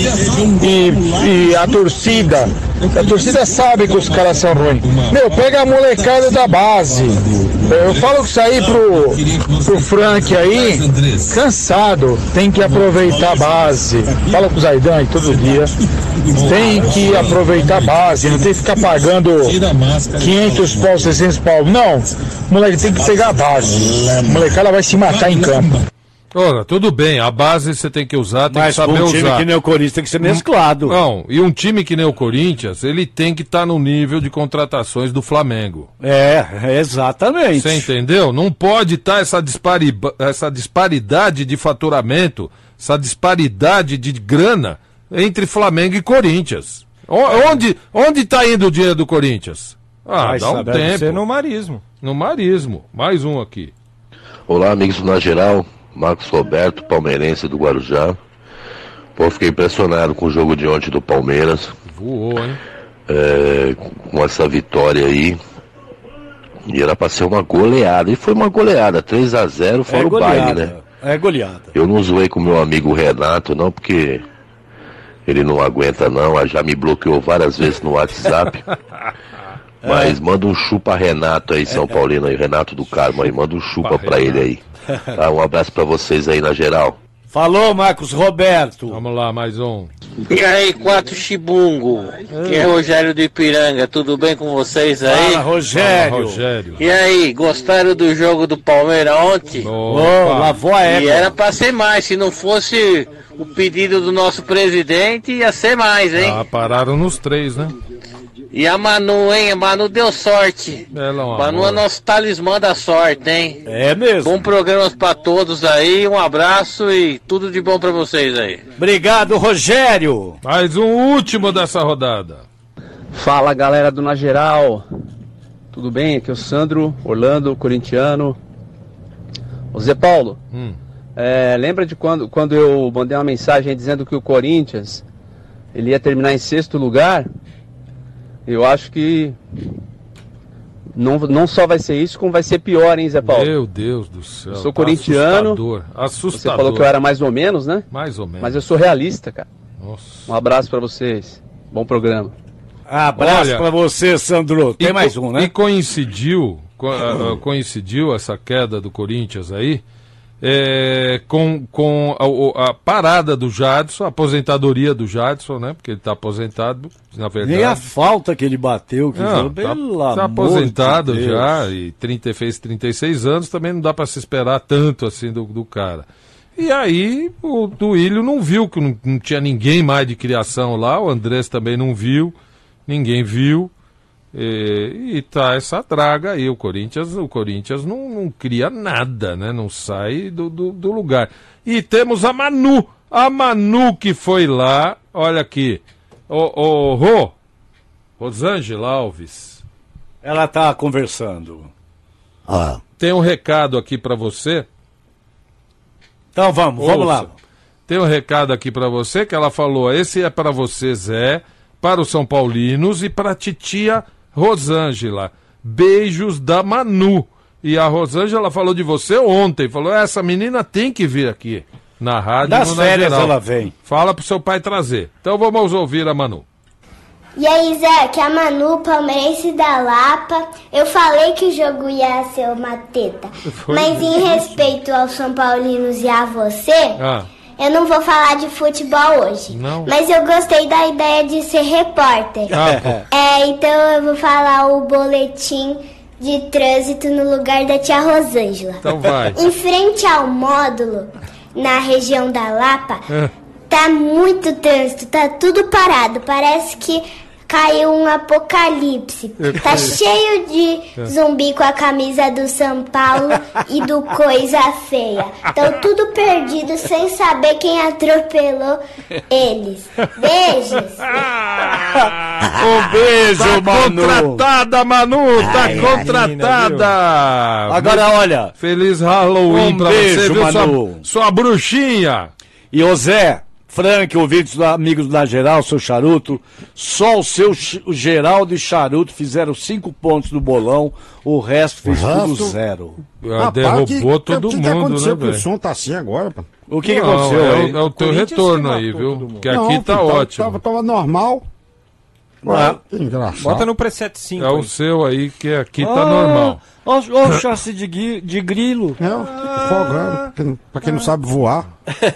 E, e a torcida. A torcida sabe que os caras são ruins. Meu, pega a molecada da base. Eu falo que isso aí pro, pro Frank aí, cansado, tem que aproveitar a base. Fala com o Zaidan aí todo dia. Tem que aproveitar a base, não tem que ficar pagando quinhentos pau, seiscentos pau. Não, moleque tem que pegar a base. A molecada vai se matar em campo. Ora, tudo bem, a base você tem que usar, tem Mas que com saber um time usar. que nem o Corinthians tem que ser mesclado. Não, e um time que nem o Corinthians, ele tem que estar no nível de contratações do Flamengo. É, exatamente. Você entendeu? Não pode estar essa, dispari... essa disparidade de faturamento, essa disparidade de grana entre Flamengo e Corinthians. O- Onde, onde está indo o dinheiro do Corinthians? Ah, Vai dá um saber, Deve tempo. ser no marismo. No marismo. Mais um aqui. Olá, amigos do Na Geral, Marcos Roberto, palmeirense do Guarujá. Pô, fiquei impressionado com o jogo de ontem do Palmeiras, Voou, hein? é, com essa vitória aí. E era pra ser uma goleada, e foi uma goleada, três a zero, fora É o baile, goleada. né? É goleada. Eu não zoei com meu amigo Renato, não, porque ele não aguenta, não. Já me bloqueou várias vezes no WhatsApp. Mas manda um chupa Renato aí, São Paulino aí, Renato do Carmo aí, manda um chupa pra ele aí. Tá, um abraço pra vocês aí na geral. Falou, Marcos Roberto. Vamos lá, mais um. E aí, quatro chibungo. Que é Rogério do Ipiranga, tudo bem com vocês aí? Fala, Rogério. Fala, Rogério. E aí, gostaram do jogo do Palmeiras ontem? Ô, lavou a E égua. era pra ser mais, se não fosse o pedido do nosso presidente, ia ser mais, hein? Ah, pararam nos três, né? E a Manu, hein? A Manu deu sorte. Ela é um Manu amor. é nosso talismã da sorte, hein? É mesmo. Bom programa pra todos aí, um abraço e tudo de bom pra vocês aí. Obrigado, Rogério. Mais um último dessa rodada. Fala, galera do Na Geral. Tudo bem? Aqui é o Sandro, Orlando, corintiano. Ô Zé Paulo, Hum. é, lembra de quando, quando eu mandei uma mensagem dizendo que o Corinthians ele ia terminar em sexto lugar? Eu acho que não, não só vai ser isso, como vai ser pior, hein, Zé Paulo? Meu Deus do céu. Eu sou tá corintiano. Assustador. Assustador. Você falou que eu era mais ou menos, né? Mais ou menos. Mas eu sou realista, cara. Nossa. Um abraço pra vocês. Bom programa. Abraço Olha, pra você, Sandro. Tem e mais co- um, né? E coincidiu, co- a- a- coincidiu essa queda do Corinthians aí é, com, com a, o- a parada do Jadson, a aposentadoria do Jadson, né? Porque ele tá aposentado, na verdade. Nem a falta que ele bateu, que Não, foi, tá, pelo tá amor aposentado de Deus. já e trinta, fez trinta e seis anos, também não dá para se esperar tanto assim do, do cara. E aí o Duílio não viu que não, não tinha ninguém mais de criação lá, o Andrés também não viu, ninguém viu. E, e tá essa draga aí, o Corinthians, o Corinthians não, não cria nada, né? Não sai do, do, do lugar. E temos a Manu, a Manu que foi lá, olha aqui, ô, ô, Rô, Rosângela Alves. Ela tá conversando. Ah. Tem um recado aqui pra você. Então vamos, vamos lá. Tem um recado aqui pra você que ela falou, esse é pra você, Zé, para os São Paulinos e pra titia Rosângela. Beijos da Manu. E a Rosângela falou de você ontem, falou, essa menina tem que vir aqui na rádio. Das no Na férias Geral. ela vem. Fala pro seu pai trazer. Então vamos ouvir a Manu. E aí, Zé, que a Manu, palmeirense da Lapa, eu falei que o jogo ia ser uma teta. Foi Mas em mesmo. respeito aos São Paulinos e a você, Ah, eu não vou falar de futebol hoje. Não. Mas eu gostei da ideia de ser repórter. Ah, bom. É, então eu vou falar o boletim de trânsito no lugar da tia Rosângela. Então vai. Em frente ao módulo, na região da Lapa, É. tá muito trânsito, tá tudo parado. Parece que caiu um apocalipse. Tá cheio de zumbi com a camisa do São Paulo e do Coisa Feia. Estão tudo perdido sem saber quem atropelou eles. Beijos. Um beijo, Tá Manu. contratada, Manu, tá Ai, contratada. Agora, olha. Feliz Halloween Um pra beijo, você, viu, Manu. sua, sua bruxinha. E o Zé, Frank, ouvintes do Amigos da Geral, seu Charuto, só o seu Ch- o Geraldo e Charuto fizeram cinco pontos do bolão, o resto fez O tudo resto? zero. Ah, derrubou que, todo que, mundo, que aconteceu né, que o velho? som tá assim agora, pô? O que, que Não, aconteceu é, aí? o- é o teu Corinthians retorno que aí, matou viu? todo mundo. Que aqui Não, tá tava, ótimo. Tava, tava normal. Ah. Que engraçado. Bota no preset cinco. É o aí. seu aí, que aqui tá Ah, normal. Ó, ó o chassi de, gui- de grilo. É, eu fico folgando. Quem- Pra quem não sabe voar.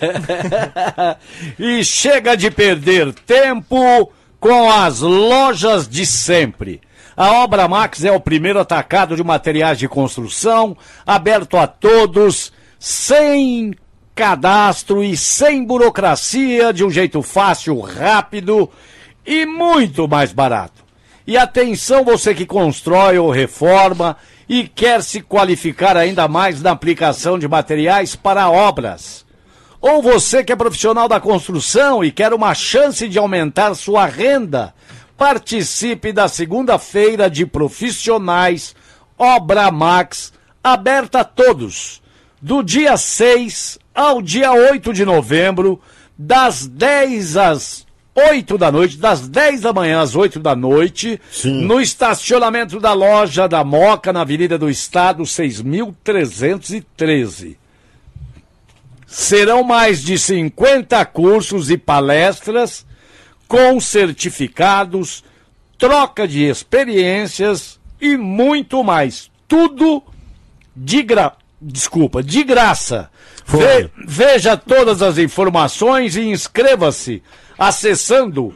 E chega de perder tempo com as lojas de sempre. A Obra Max é o primeiro atacado de materiais de construção, aberto a todos, sem cadastro e sem burocracia, de um jeito fácil, rápido e muito mais barato. E atenção, você que constrói ou reforma e quer se qualificar ainda mais na aplicação de materiais para obras. Ou você que é profissional da construção e quer uma chance de aumentar sua renda, participe da segunda-feira de profissionais Obra Max, aberta a todos, do dia seis ao dia oito de novembro, das dez às oito da noite, das dez da manhã às oito da noite, Sim. no estacionamento da loja da Moca, na Avenida do Estado, seis mil trezentos e treze. Serão mais de cinquenta cursos e palestras com certificados, troca de experiências e muito mais. Tudo de gra... Desculpa, de graça. Ve- Veja todas as informações e inscreva-se acessando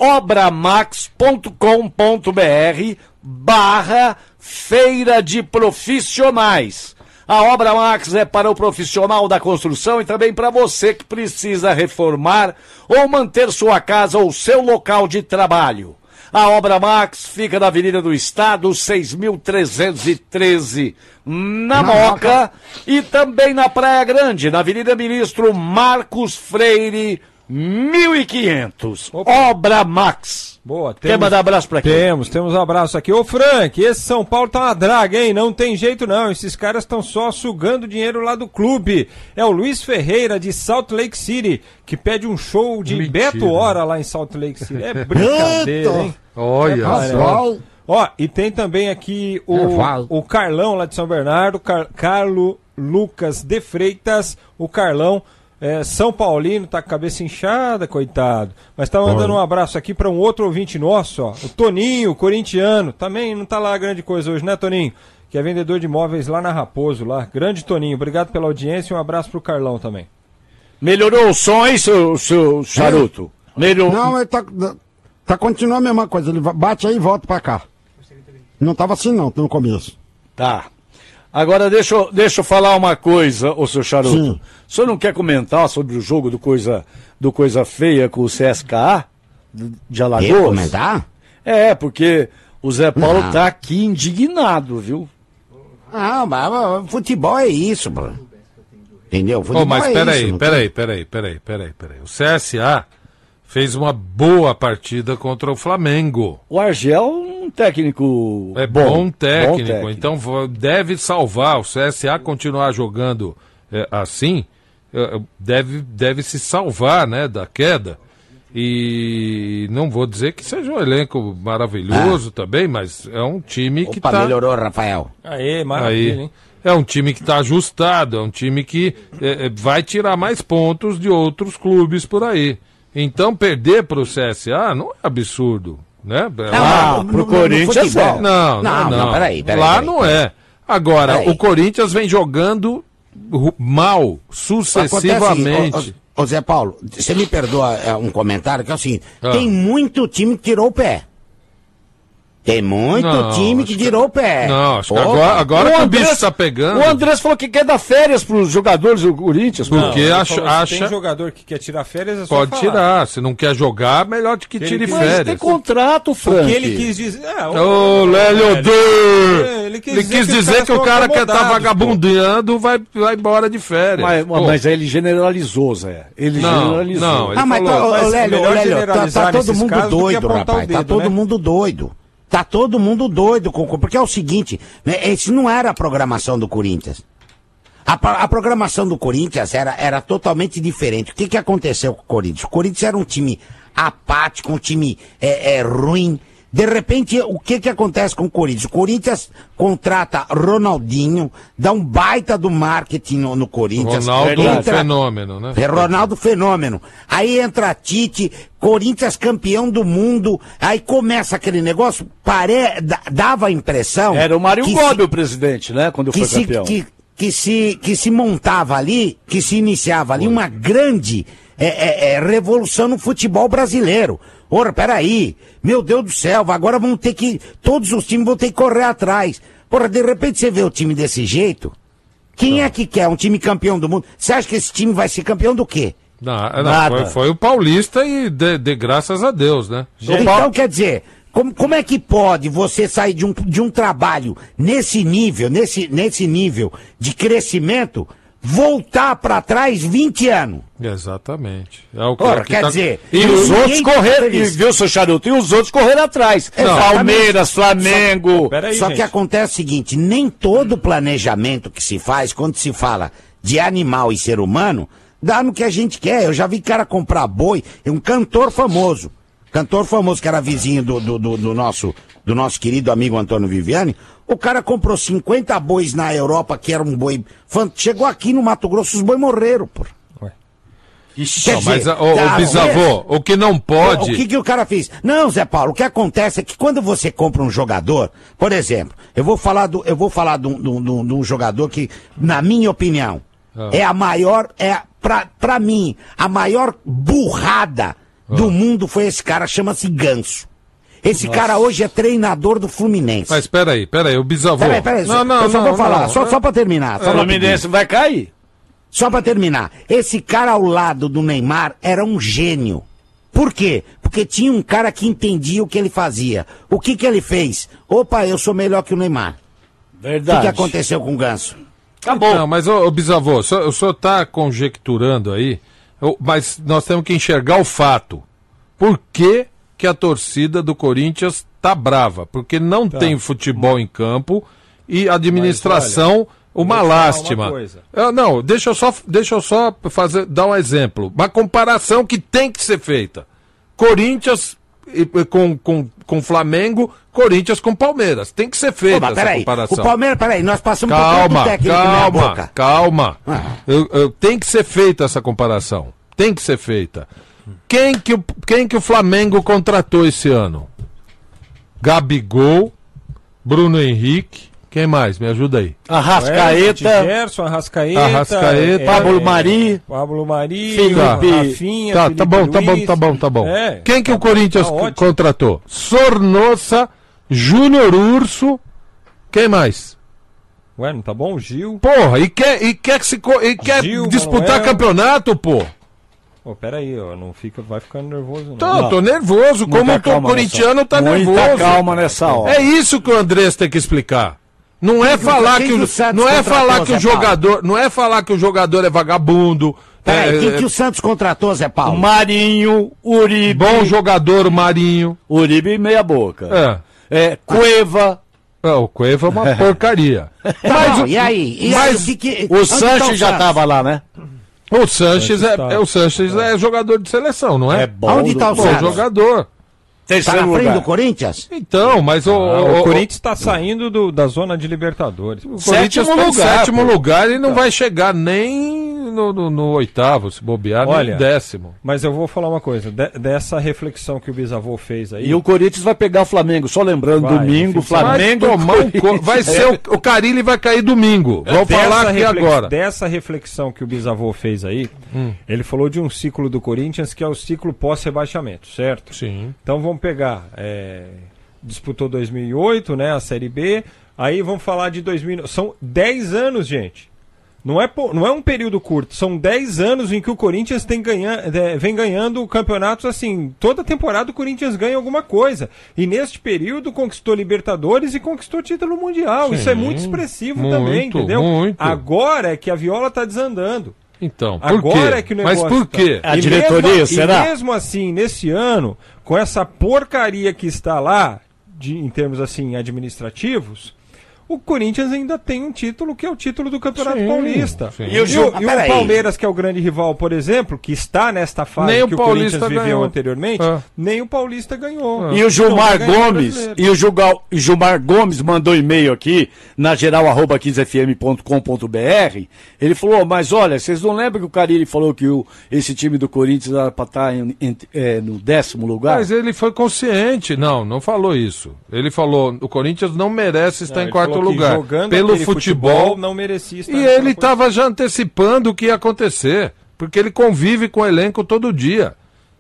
obramax.com.br barra feira de profissionais. A Obra Max é para o profissional da construção e também para você que precisa reformar ou manter sua casa ou seu local de trabalho. A Obra Max fica na Avenida do Estado, seis mil trezentos e treze, na Moca, e também na Praia Grande, na Avenida Ministro Marcos Freire, mil e quinhentos. Obra Max. Boa. Quer mandar abraço pra quem? Temos, temos um abraço aqui. Ô, Frank, esse São Paulo tá uma draga, hein? Não tem jeito não. Esses caras estão só sugando dinheiro lá do clube. É o Luiz Ferreira, de Salt Lake City, que pede um show de Mentira. Beto Hora lá em Salt Lake City. É brincadeira, hein? Olha É, só. Ó, e tem também aqui o, É, o Carlão lá de São Bernardo, Car Carlo Lucas de Freitas, o Carlão. É, São Paulino, tá com a cabeça inchada, coitado. Mas tá mandando um abraço aqui para um outro ouvinte nosso, ó. O Toninho, corintiano. Também não tá lá grande coisa hoje, né, Toninho? Que é vendedor de imóveis lá na Raposo, lá. Grande Toninho, obrigado pela audiência e um abraço pro Carlão também. Melhorou o som, hein, seu, seu charuto? Melhorou. Não, ele tá, tá continuando a mesma coisa. Ele bate aí e volta pra cá. Não tava assim não, no começo. Tá. Agora deixa eu, deixa eu falar uma coisa, ô seu charuto. Sim. O senhor não quer comentar sobre o jogo do Coisa, do Coisa Feia com o C S K A de Alagoas? Eu comentar? É, porque o Zé Paulo Não. tá aqui indignado, viu? Ah, mas, mas futebol é isso, bro. Entendeu? Futebol Oh, mas é peraí, isso. não peraí, peraí, peraí, peraí, peraí. O C S A fez uma boa partida contra o Flamengo. O Argel é um técnico É bom, bom, técnico, bom técnico. então vo- deve salvar. O C S A continuar jogando é, assim, é, deve, deve se salvar, né, da queda. E não vou dizer que seja um elenco maravilhoso também, mas é um time que Opa, tá... melhorou, Rafael. Aê, maravilha, Aí, hein? é um time que está ajustado, é um time que é, é, vai tirar mais pontos de outros clubes por aí. Então, perder para o C S A não é absurdo, né? Ah, pro Corinthians é. Não, não, Não, não. não, peraí, peraí, Lá peraí, não peraí. é. Agora, Peraí. o Corinthians vem jogando ru- mal, sucessivamente. Acontece, ô, ô, ô, Zé Paulo, você me perdoa é, um comentário que é o seguinte: Ah. tem muito time que tirou o pé. Tem muito Não, time que acho que- tirou o pé. Não, acho que Opa. agora, agora O que o Andrés- bicho tá pegando. O Andrés falou que quer dar férias pros jogadores do Corinthians. Porque pô. Ele acha- falou, se acha- tem jogador que quer tirar férias, é só Pode falar. tirar. Se não quer jogar, melhor de que Ele tire quis- Mas férias. tem contrato, O Frank. que ele quis dizer... Ah, Ô, Lélio Dur! É, Ele quis dizer que o cara que tá vagabundeando vai, vai embora de férias. Mas, Pô. mas aí ele generalizou, Zé. Ele Não, generalizou. não, ele Ah, mas, falou, tá, ô, mas Lélio, melhor ô, Lélio, tá, generalizar tá todo nesses mundo casos do que doido, apontar rapaz. o dedo, tá todo né? mundo doido. Tá todo mundo doido, com, com- porque é o seguinte, né, esse não era a programação do Corinthians. A, pa- a programação do Corinthians era, era totalmente diferente. O que, que aconteceu com o Corinthians? O Corinthians era um time apático, um time é, é, ruim. De repente, o que, que acontece com o Corinthians? O Corinthians contrata Ronaldinho, dá um baita do marketing no, no Corinthians. Ronaldo Entra- fenômeno, né? é Ronaldo fenômeno. Aí entra Tite, Corinthians campeão do mundo. Aí começa aquele negócio, pare... da- dava a impressão. Era o Mário que Gobi se- o presidente, né? Quando que foi se, campeão. que, que, se, que se montava ali, que se iniciava ali uma grande é, é, é, revolução no futebol brasileiro. Ora, peraí, meu Deus do céu, agora vão ter que, todos os times vão ter que correr atrás. Porra, de repente você vê o time desse jeito, quem é que quer um time campeão do mundo? Você acha que esse time vai ser campeão do quê? Não, não, Nada. foi, foi o Paulista e de, de graças a Deus, né? Então, quer dizer, como, como é que pode você sair de um, de um trabalho nesse nível, nesse, nesse nível de crescimento, voltar para trás vinte anos? Exatamente. É o Ora, que quer tá- dizer, E ninguém os outros tá correram, e, feliz. viu, seu charuto? E os outros correram atrás. Exatamente. Palmeiras, Flamengo. Peraí, Só gente. que acontece o seguinte, nem todo planejamento que se faz, quando se fala de animal e ser humano, dá no que a gente quer. Eu já vi cara comprar boi, um cantor famoso, cantor famoso que era vizinho do, do, do, do nosso, do nosso querido amigo Antônio Viviani, o cara comprou cinquenta bois na Europa, que era um boi... fan- Chegou aqui no Mato Grosso, os bois morreram, pô. Quer Não, mas, dizer, ô, ô, tá, bisavô, o que não pode... o que, que o cara fez? Não, Zé Paulo, o que acontece é que quando você compra um jogador, por exemplo, eu vou falar do, eu vou falar de um, de um- de um- de um jogador que, na minha opinião, Ah. é a maior, é pra, pra mim, a maior burrada Ah. do mundo foi esse cara, chama-se Ganso. Esse Nossa. cara hoje é treinador do Fluminense. Mas peraí, peraí, o bisavô... Peraí, peraí, não, não, eu só não, vou falar, não. só, só pra terminar. O Só Fluminense vai cair. Só pra terminar, esse cara ao lado do Neymar era um gênio. Por quê? Porque tinha um cara que entendia o que ele fazia. O que que ele fez? Opa, eu sou melhor que o Neymar. O que, Verdade. que aconteceu com o Ganso? Acabou. Não, mas, ô, ô, bisavô, o senhor, o senhor tá conjecturando aí Eu- mas nós temos que enxergar o fato. Por que, que a torcida do Corinthians tá brava? Porque não Tá. tem futebol em campo e a administração, uma vou te falar lástima. uma coisa. Eu- não, deixa eu só, deixa eu só fazer, dar um exemplo. Uma comparação que tem que ser feita. Corinthians e- e com, com, com Flamengo, Corinthians com Palmeiras. Tem que ser Pô, feita mas essa peraí, comparação. o Palmeiras, peraí, nós passamos por Calma, tanto técnico meia calma, boca. calma. Ah. Eu, eu- tem que ser feita essa comparação. Tem que ser feita. Quem que, o- quem que o Flamengo contratou esse ano? Gabigol, Bruno Henrique, quem mais? Me ajuda aí. Arrascaeta, Gerson, Arrascaeta, Arrascaeta, é, Pablo Mari, Pablo Mari, Felipe- Rafinha, Tá, Felipe tá bom, tá bom, Luiz. tá bom, tá bom. É, Quem que tá o Corinthians tá co- ótimo. contratou? Sornossa, Júnior Urso, quem mais? Ué, não tá bom? Gil. Porra, e quer, e quer, que se, co- e quer Gil, disputar Manuel. campeonato, pô? Pô, peraí, ó, não fica, vai ficando nervoso não. Tá, eu tô nervoso, como Muita o tô calma corintiano nessa- tá muita nervoso. calma nessa hora. É isso que o Andrés tem que explicar. Não é que o- falar quem que que o, o Santos não é contratou, falar que o Zé Paulo? jogador, não é falar que o jogador é vagabundo. Peraí, é, quem que o Santos contratou, Zé Paulo? Marinho, Uribe. Bom jogador, o Marinho. Uribe meia boca. É. É, Cueva. É, o Cueva é uma porcaria. Tá bom, o- e aí? E mas aí, que que- O onde tá Sanches já Santos? tava lá, né? o Sanches é, tá. é- o Sanches é jogador de seleção, não é? É bom. Onde tá o Bom Santos? jogador. Tá Terceiro na frente lugar. do Corinthians? Então, mas o, Ah, o, o Corinthians está saindo do- da zona de Libertadores. o Corinthians Sétimo tá em lugar, sétimo pô. lugar e não vai chegar nem no, no- no oitavo, se bobear, Olha, nem décimo. Mas eu vou falar uma coisa, de- dessa reflexão que o bisavô fez aí. E o Corinthians vai pegar o Flamengo. Só lembrando, Vai, domingo, no fim de Flamengo. Vai tomar um co- vai ser o, o Carilli vai cair domingo. Vamos Dessa falar aqui reflex- agora. Dessa reflexão que o bisavô fez aí, Hum. ele falou de um ciclo do Corinthians que é o ciclo pós-rebaixamento, certo? Sim. Então vamos pegar, é, disputou dois mil e oito, né, a Série B, aí vamos falar de dois mil e nove. São dez anos, gente. Não é, pou- não é um período curto, são dez anos em que o Corinthians tem ganha, é, vem ganhando campeonatos assim. Toda temporada o Corinthians ganha alguma coisa. E neste período conquistou Libertadores e conquistou título mundial. Sim, Isso é muito expressivo muito, também, entendeu? muito. Agora é que a viola tá desandando. Então, por Agora quê? é que o Mas negócio por quê? tá- A E diretoria, mesmo, será? E mesmo assim, nesse ano, com essa porcaria que está lá, de, em termos assim administrativos, o Corinthians ainda tem um título que é o título do Campeonato Sim, Paulista. sim. E o, Ju- e o peraí. Palmeiras, que é o grande rival, por exemplo, que está nesta fase Nem o que o Paulista Corinthians viveu ganhou. anteriormente, É. nem o Paulista ganhou. E o Gilmar Então, vai ganhar o Gomes, brasileiro. e o Gilgal- e Gilmar Gomes mandou e-mail aqui na geral arroba quinze f m ponto com ponto b r. Ele falou: mas olha, vocês não lembram que o Carilli falou que o, esse time do Corinthians era para estar em- em- é, no décimo lugar? Mas ele foi consciente. Não, não falou isso. Ele falou, o Corinthians não merece estar Não, em ele quarto falou que lugar. jogando Pelo aquele futebol, não merecia estar e naquela ele posição. estava já antecipando o que ia acontecer. Porque ele convive com o elenco todo dia.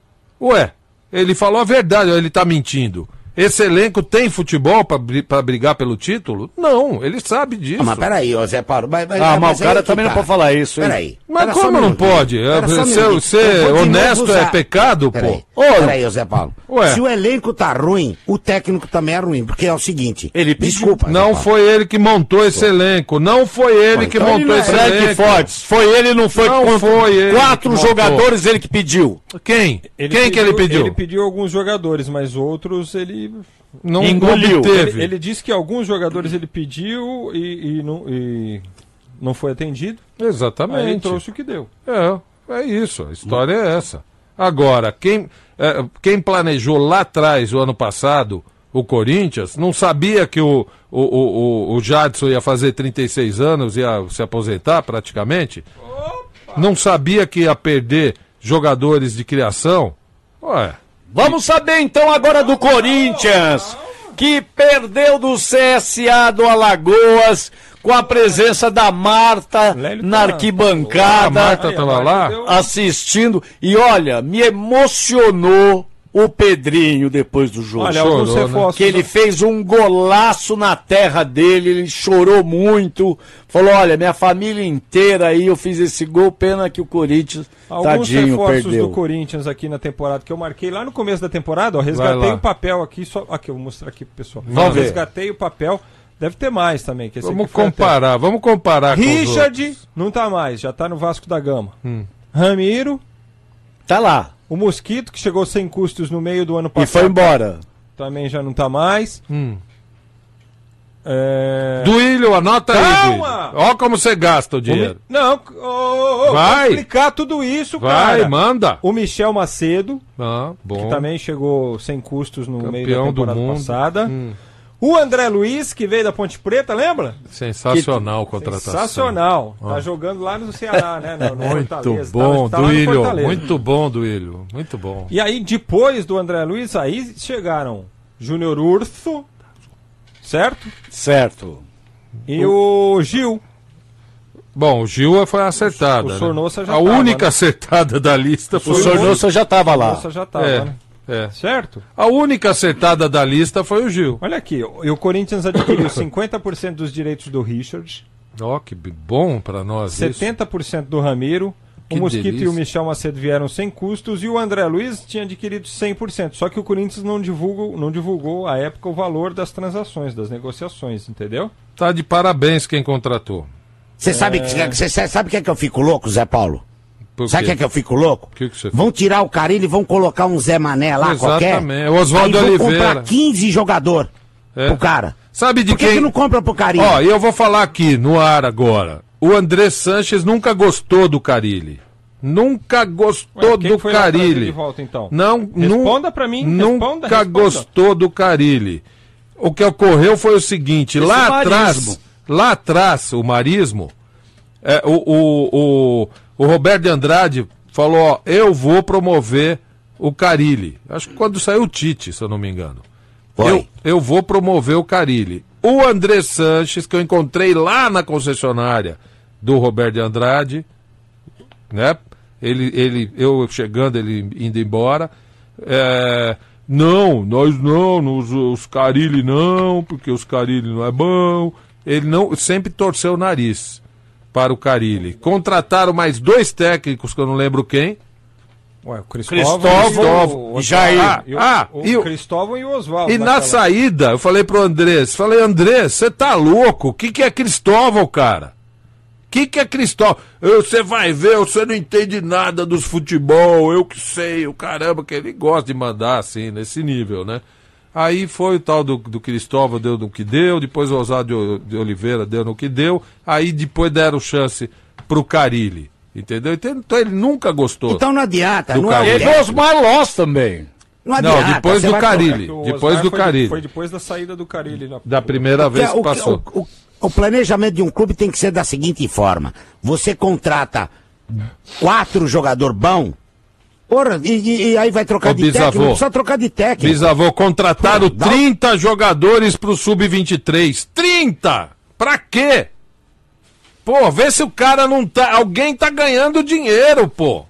Ué, ele falou a verdade, ou ele está mentindo? Esse elenco tem futebol para brigar pelo título? Não, ele sabe disso. Ah, mas peraí, ô Zé Paulo. Mas, mas, Ah, mas o aí cara que também tá. não pode falar isso, hein? Peraí. Mas Pera só como um não minutinho. pode? Pera só um Ser- minutinho. ser Eu vou de honesto novo é usar- pecado, Peraí. pô? Peraí, ô Zé Paulo. Ué. Se o elenco tá ruim, o técnico também é ruim. Porque é o seguinte. Ele pediu. Desculpa. Zé Não Paulo. foi ele que montou esse elenco. Não foi ele Pô, que então ele montou não é esse Fred elenco. Fortes, foi ele, não foi? Não contra- foi ele Quatro que montou. jogadores ele que pediu. Quem? Quem que ele pediu? Ele pediu alguns jogadores, mas outros ele Não Engoliu. obteve. Ele, ele disse que alguns jogadores ele pediu e, e não, e não foi atendido. Aí ele Exatamente. trouxe o que deu. É, é isso. A história é essa. Agora, quem, é, quem planejou lá atrás, o ano passado, o Corinthians, não sabia que o, o, o, o Jadson ia fazer trinta e seis anos, ia se aposentar praticamente? Não sabia que ia perder jogadores de criação? Ué. Vamos saber então agora do Corinthians, que perdeu do C S A do Alagoas com a presença da Marta Lélio na tá- arquibancada, A Marta tava lá? assistindo. E olha, me emocionou o Pedrinho depois do jogo. Olha, Chorou, alguns né? reforços. Que ele fez um golaço na terra dele, ele chorou muito, falou, olha, minha família inteira aí, eu fiz esse gol, pena que o Corinthians, Alguns tadinho, reforços perdeu. do Corinthians aqui na temporada que eu marquei lá no começo da temporada, ó, resgatei Vai lá. o papel aqui, só aqui eu vou mostrar aqui pro pessoal. Vamos ver. Resgatei o papel, deve ter mais também, que esse Vamos aqui foi até- comparar, vamos comparar com os Richard outros. não tá mais, já tá no Vasco da Gama. Hum. Ramiro Tá lá. O Mosquito, que chegou sem custos no meio do ano passado. E foi embora. Também já não tá mais. Hum. É... Duílio, anota aí. Calma! Ó como você gasta o dinheiro. Mi... Não, oh, oh, vai vou explicar tudo isso, vai, cara. manda. O Michel Macedo, ah, bom. que também chegou sem custos no Campeão meio da temporada do mundo. passada. Hum. O André Luiz, que veio da Ponte Preta, lembra? Sensacional que... contratação. Sensacional. Ah. Tá jogando lá no Ceará, né? No, no muito Fortaleza. bom, tá, tá Duílio. Muito bom, Duílio. Muito bom. E aí, depois do André Luiz, aí chegaram Júnior Urso, certo? Certo. E o Gil. Bom, o Gil foi acertada. O Sornosa né? já A tava, única né? acertada da lista foi o Sornosa já estava lá. O Sornosa já estava, é, né? É. Certo? A única acertada da lista foi o Gil. Olha aqui, e o Corinthians adquiriu cinquenta por cento dos direitos do Richard. Ó, oh, que bom pra nós setenta por cento isso. do Ramiro. Que o Mosquito delícia. e o Michel Macedo vieram sem custos e o André Luiz tinha adquirido cem por cento. Só que o Corinthians não divulgou, não divulgou à época o valor das transações, das negociações, entendeu? Tá de parabéns quem contratou. Você é... sabe que você sabe que é que eu fico louco, Zé Paulo? Sabe o que é que eu fico louco? Que que você vão tirar o Carilli e vão colocar um Zé Mané lá qualquer. Exatamente. O Oswaldo Oliveira. Vão comprar quinze jogador é. pro cara. Sabe de Por que quem? que não compra pro Carilli? Ó, e eu vou falar aqui no ar agora. O André Sanches nunca gostou do Carilli. Nunca gostou Ué, quem do foi lá trazer Carilli. de volta, então? Não, responda pra mim. Nunca responda, responda. gostou do Carilli. O que ocorreu foi o seguinte: Esse lá marismo. atrás, lá atrás, o marismo, é, o, o, o, o Roberto de Andrade falou: ó, eu vou promover o Carilli. Acho que quando saiu o Tite, se eu não me engano. Eu, eu vou promover o Carilli. O André Sanches, que eu encontrei lá na concessionária do Roberto de Andrade, né? Ele, ele, eu chegando, ele indo embora. É, não, nós não, nos, os Carilli não, porque os Carilli não é bom. Ele não, sempre torceu o nariz para o Carilli. Contrataram mais dois técnicos, que eu não lembro quem. Ué, o Cristóvão, Cristóvão e o Jair. Ah, e o, ah, o e o Cristóvão e o Oswaldo. E na naquela... saída, eu falei pro Andrés, falei, Andrés, você tá louco? O que, que é Cristóvão, cara? O que, que é Cristóvão? Você vai ver, você não entende nada dos futebol, eu que sei, o caramba, que ele gosta de mandar assim, nesse nível, né? Aí foi o tal do, do Cristóvão, deu no que deu, depois o Oswaldo de Oliveira deu no que deu, aí depois deram chance pro Carilli, entendeu? Então ele nunca gostou. Então não adianta, do não Carilli. E o Osmar Loss também. Não adianta. Não, depois do Carilli, É depois do foi, Carilli. Foi depois da saída do Carilli. Na... Da primeira vez que o, passou. O, o, o planejamento de um clube tem que ser da seguinte forma: você contrata quatro jogador bom, porra, e, e, e aí vai trocar Ô, de bisavô, técnico, não precisa trocar de técnico. Bisavô, contrataram Porra, dá- trinta jogadores pro sub vinte e três. trinta! Pra quê? Pô, vê se o cara não tá... Alguém tá ganhando dinheiro, pô.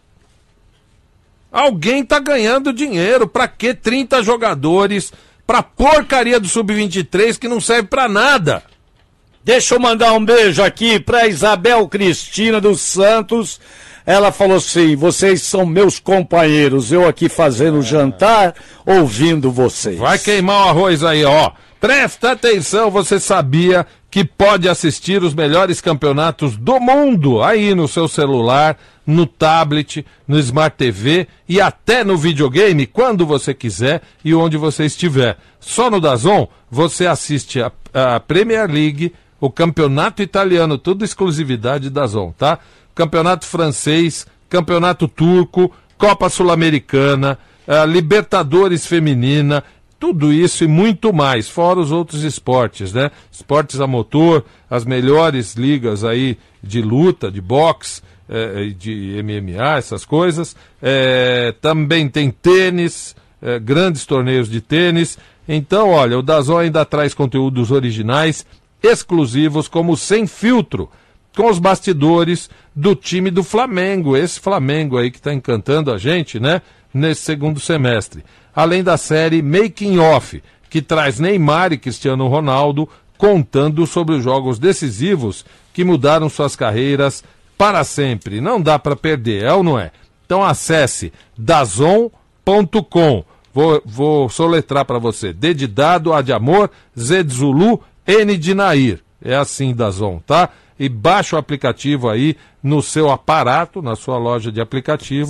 Alguém tá ganhando dinheiro. Pra que trinta jogadores pra porcaria do sub vinte e três que não serve pra nada? Deixa eu mandar um beijo aqui pra Isabel Cristina dos Santos. Ela falou assim: vocês são meus companheiros, eu aqui fazendo jantar, ouvindo vocês. Vai queimar o arroz aí, ó. Presta atenção, você sabia que pode assistir os melhores campeonatos do mundo aí no seu celular, no tablet, no Smart T V e até no videogame, quando você quiser e onde você estiver. Só no DAZN você assiste a, a Premier League, o Campeonato Italiano, tudo exclusividade da DAZN, tá? Campeonato Francês, Campeonato Turco, Copa Sul-Americana, a Libertadores Feminina, tudo isso e muito mais, fora os outros esportes, né? Esportes a motor, as melhores ligas aí de luta, de boxe, eh, de M M A, essas coisas. Eh, também tem tênis, eh, grandes torneios de tênis. Então, olha, o DAZN ainda traz conteúdos originais, exclusivos, como Sem Filtro, com os bastidores do time do Flamengo, esse Flamengo aí que está encantando a gente, né? Nesse segundo semestre. Além da série Making Off, que traz Neymar e Cristiano Ronaldo contando sobre os jogos decisivos que mudaram suas carreiras para sempre. Não dá para perder, é ou não é? Então acesse dazon ponto com. Vou, vou soletrar para você. D de dado, A de amor, Z de Zulu, N de Nair. É assim, DAZN, tá? E baixa o aplicativo aí no seu aparato, na sua loja de aplicativo,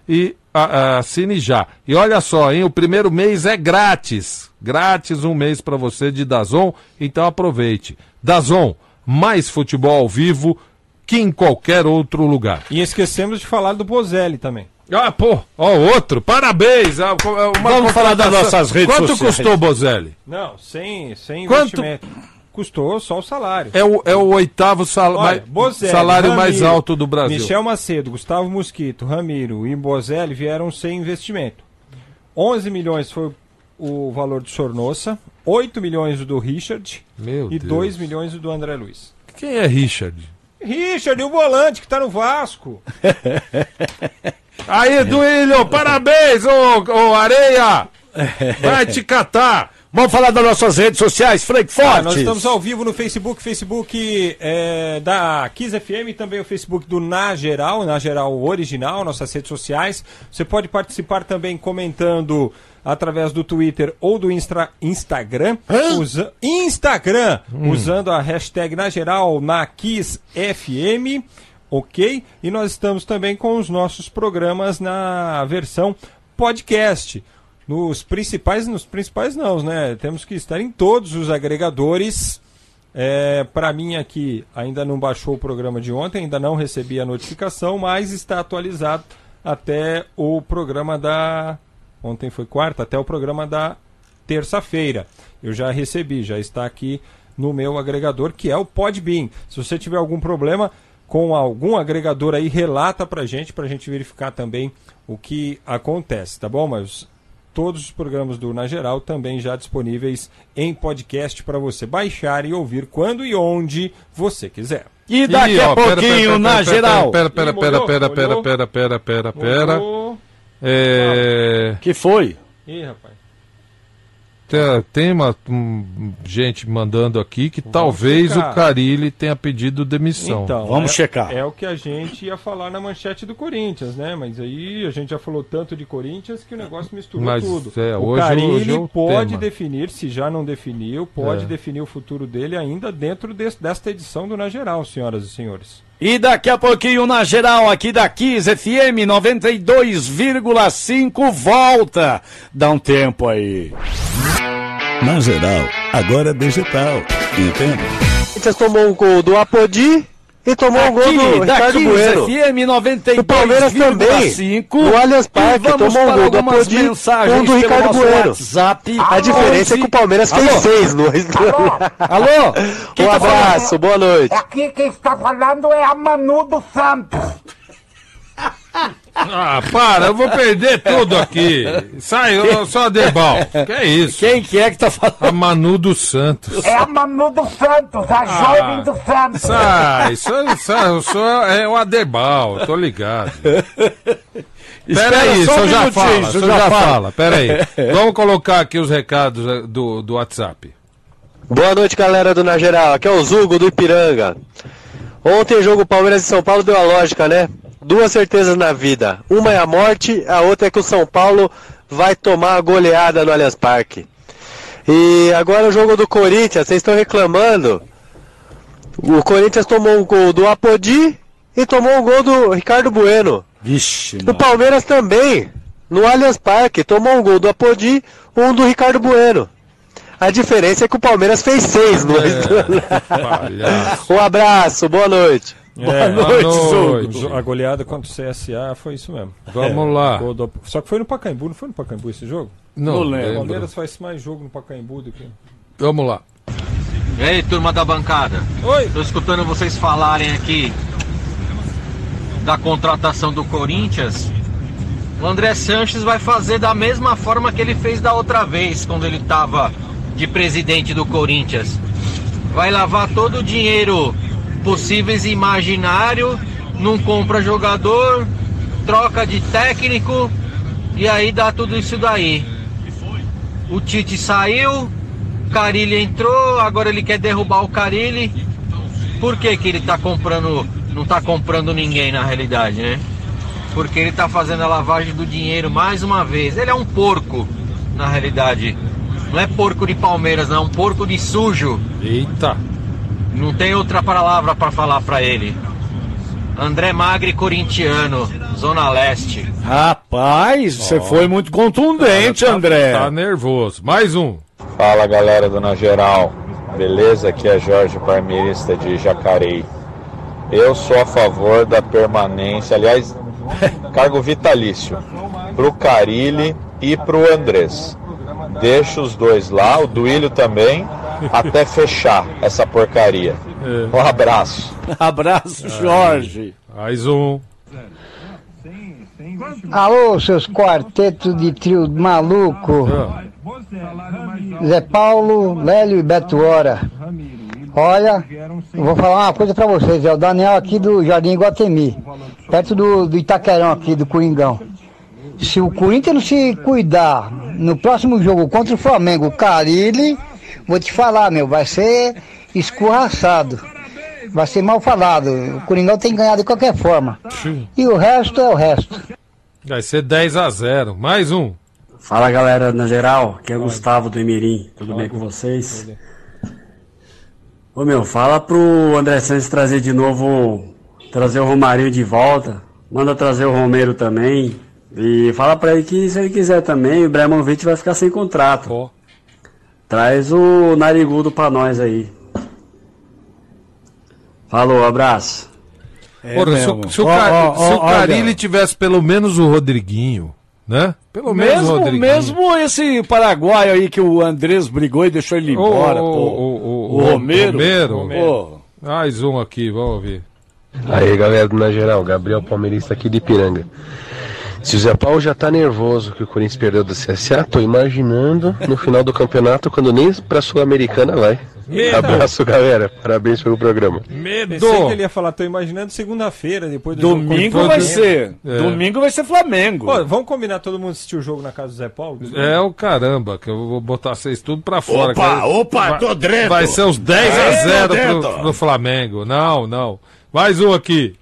e a, a, assine já. E olha só, hein, o primeiro mês é grátis. Grátis um mês para você de DAZN, então aproveite. DAZN, mais futebol ao vivo que em qualquer outro lugar. E esquecemos de falar do Bozelli também. Ah, pô, ó, outro, parabéns. Ah, uma Vamos falar das nossas redes Quanto sociais. custou o Bozelli? Não, sem, sem Quanto? investimento. Custou só o salário. É o, é o oitavo sal... Olha, mais- Bozelli, salário mais Ramiro, alto do Brasil. Michel Macedo, Gustavo Mosquito, Ramiro e Bozelli vieram sem investimento. onze milhões foi o valor do Sornossa, oito milhões do Richard Meu e Deus. dois milhões do André Luiz. Quem é Richard? Richard, o volante que tá no Vasco. Aí, Duílio, parabéns, ô, ô Areia! Vai te catar! Vamos falar das nossas redes sociais, Frank Ah, Fortes. nós estamos ao vivo no Facebook, Facebook é, da Kiss F M, também o Facebook do Na Geral, Na Geral Original, nossas redes sociais. Você pode participar também comentando através do Twitter ou do Instra, Instagram. Usa, Instagram, Hum. usando a hashtag Na Geral, na Kiss F M. Ok? E nós estamos também com os nossos programas na versão podcast. Nos principais, nos principais não, né? Temos que estar em todos os agregadores. É, para mim aqui, ainda não baixou o programa de ontem, ainda não recebi a notificação, mas está atualizado até o programa da... Ontem foi quarta, até o programa da terça-feira. Eu já recebi, já está aqui no meu agregador, que é o Podbean. Se você tiver algum problema com algum agregador aí, relata pra gente, pra gente verificar também o que acontece, tá bom? Mas todos os programas do Na Geral também já disponíveis em podcast para você baixar e ouvir quando e onde você quiser. E daqui Ih, a ó, pera, pouquinho, pera, pera, Na pera, Geral. Pera, pera, Ih, pera, molhou, pera, pera, molhou. pera, pera, pera, pera. Molhou. É... Que foi? Ih, rapaz. Tem, tem uma um, gente mandando aqui que talvez checar. o Carille tenha pedido demissão. Então, Vamos é, checar. É o que a gente ia falar na manchete do Corinthians, né? Mas aí a gente já falou tanto de Corinthians que o negócio misturou Mas, tudo. é, o hoje- Carille hoje é o pode tema. definir, se já não definiu, pode É. definir o futuro dele ainda dentro des- desta edição do Na Geral, senhoras e senhores. E daqui a pouquinho, Na Geral, aqui da Kiss F M noventa e dois vírgula cinco, volta. Dá um tempo aí. Na Geral, agora é digital. Entende? Corinthians tomou um gol do Apodi e tomou um gol do Aqui, da Ricardo Kiss Bueno. F M noventa e O Palmeiras dois vírgula também, cinco. no Allianz E Parque, vamos tomou um para gol do algumas Apodi, mensagens um do pelo Ricardo nosso Bueno. WhatsApp. A diferença é que o Palmeiras fez Alô? seis no... Alô? Quem Um tá abraço, falando? boa noite. Aqui quem está falando é a Manu do Santos. Ah, para, eu vou perder tudo aqui. Sai, ô, só Debal. Que é isso? Quem que é que tá falando? A Manu dos Santos. É a Manu do Santos, a jovem do Santos. Sai, isso, isso, isso é o Adebal, tô ligado. Espera Pera aí, só um isso já minutinho, fala, isso isso já já fala. fala. Pera aí. Vamos colocar aqui os recados eh, do, do WhatsApp. Boa noite, galera do Na Geral. Aqui é o Zugo do Ipiranga. Ontem o jogo Palmeiras e São Paulo deu a lógica, né? Duas certezas na vida. Uma é a morte, a outra é que o São Paulo vai tomar a goleada no Allianz Parque. E agora o jogo do Corinthians, vocês estão reclamando. O Corinthians tomou um gol do Apodi e tomou um gol do Ricardo Bueno. Vixe, O Palmeiras também, no Allianz Parque, tomou um gol do Apodi, um do Ricardo Bueno. A diferença é que o Palmeiras fez seis no palhaço. Um abraço, boa noite. É, noite, Zugo. A goleada contra o C S A foi isso mesmo. Vamos É, lá. gol do- Só que foi no Pacaembu, não foi no Pacaembu esse jogo? Não O lembro. Palmeiras faz mais jogo no Pacaembu do que... Vamos lá. E aí, turma da bancada? Oi. Tô escutando vocês falarem aqui da contratação do Corinthians. O André Sanches vai fazer da mesma forma que ele fez da outra vez, quando ele estava de presidente do Corinthians. Vai lavar todo o dinheiro possíveis e imaginário, não compra jogador, troca de técnico e aí dá tudo isso daí. O Tite saiu, Carille entrou, agora ele quer derrubar o Carille. Por que que ele tá comprando, não tá comprando ninguém na realidade, né? Porque ele tá fazendo a lavagem do dinheiro mais uma vez. Ele é um porco, na realidade. Não é porco de Palmeiras, não, é um porco de sujo. Eita. Não tem outra palavra pra falar pra ele. André Magri, corintiano, Zona Leste. Rapaz, você Ó. foi muito contundente, Tá- André. Tá nervoso. Mais um. Fala galera do Na Geral, beleza? Aqui é Jorge Parmeirista de Jacareí. Eu sou a favor da permanência, aliás, cargo vitalício, pro Carille e pro Andrés. Deixa os dois lá, o Duílio também, até fechar essa porcaria. Um abraço. Abraço, Jorge. Mais um. Alô, seus quartetos de trio maluco. Zé Paulo, Lélio e Beto Hora. Olha, eu vou falar uma coisa pra vocês. É o Daniel aqui do Jardim Iguatemi, perto do, do Itaquerão aqui, do Coringão. Se o Corinthians não se cuidar no próximo jogo contra o Flamengo, o Carille, vou te falar, meu, vai ser escorraçado. Vai ser mal falado. O Coringão tem que ganhar de qualquer forma. E o resto é o resto. Vai ser dez a zero. Mais um. Fala galera, na geral, aqui é Gustavo do Imirim, tudo bem com vocês? Ô meu, fala pro André Santos trazer de novo, trazer o Romarinho de volta, manda trazer o Romero também, e fala pra ele que se ele quiser também, o Ibrahimovic vai ficar sem contrato. Oh. Traz o Narigudo pra nós aí. Falou, abraço. É Porra, se, o- se o, Ca- se o Carille tivesse pelo menos o Rodriguinho, né? Pelo menos o Mesmo, Rodriguinho. mesmo esse paraguaio aí que o Andrés brigou e deixou ele embora, o, pô. o, o, O Romero. Romero. Pô. Mais um aqui, vamos ouvir. Aí galera do Na Geral, Gabriel Palmeirista aqui de Ipiranga. Se o Zé Paulo já tá nervoso que o Corinthians perdeu do C S A, tô imaginando no final do campeonato quando nem pra Sul-Americana vai. Medo. Abraço galera, parabéns pelo programa. Medo. Pensei que ele ia falar, tô imaginando segunda-feira, depois do Domingo jogo. vai ser. É. Domingo vai ser Flamengo. Pô, vamos combinar todo mundo assistir o jogo na casa do Zé Paulo? É o caramba, que eu vou botar vocês tudo pra fora. Opa, que opa, vai, tô dentro. Vai ser uns dez a É, zero tô pro, dentro. pro Flamengo. Não, não. Mais um aqui.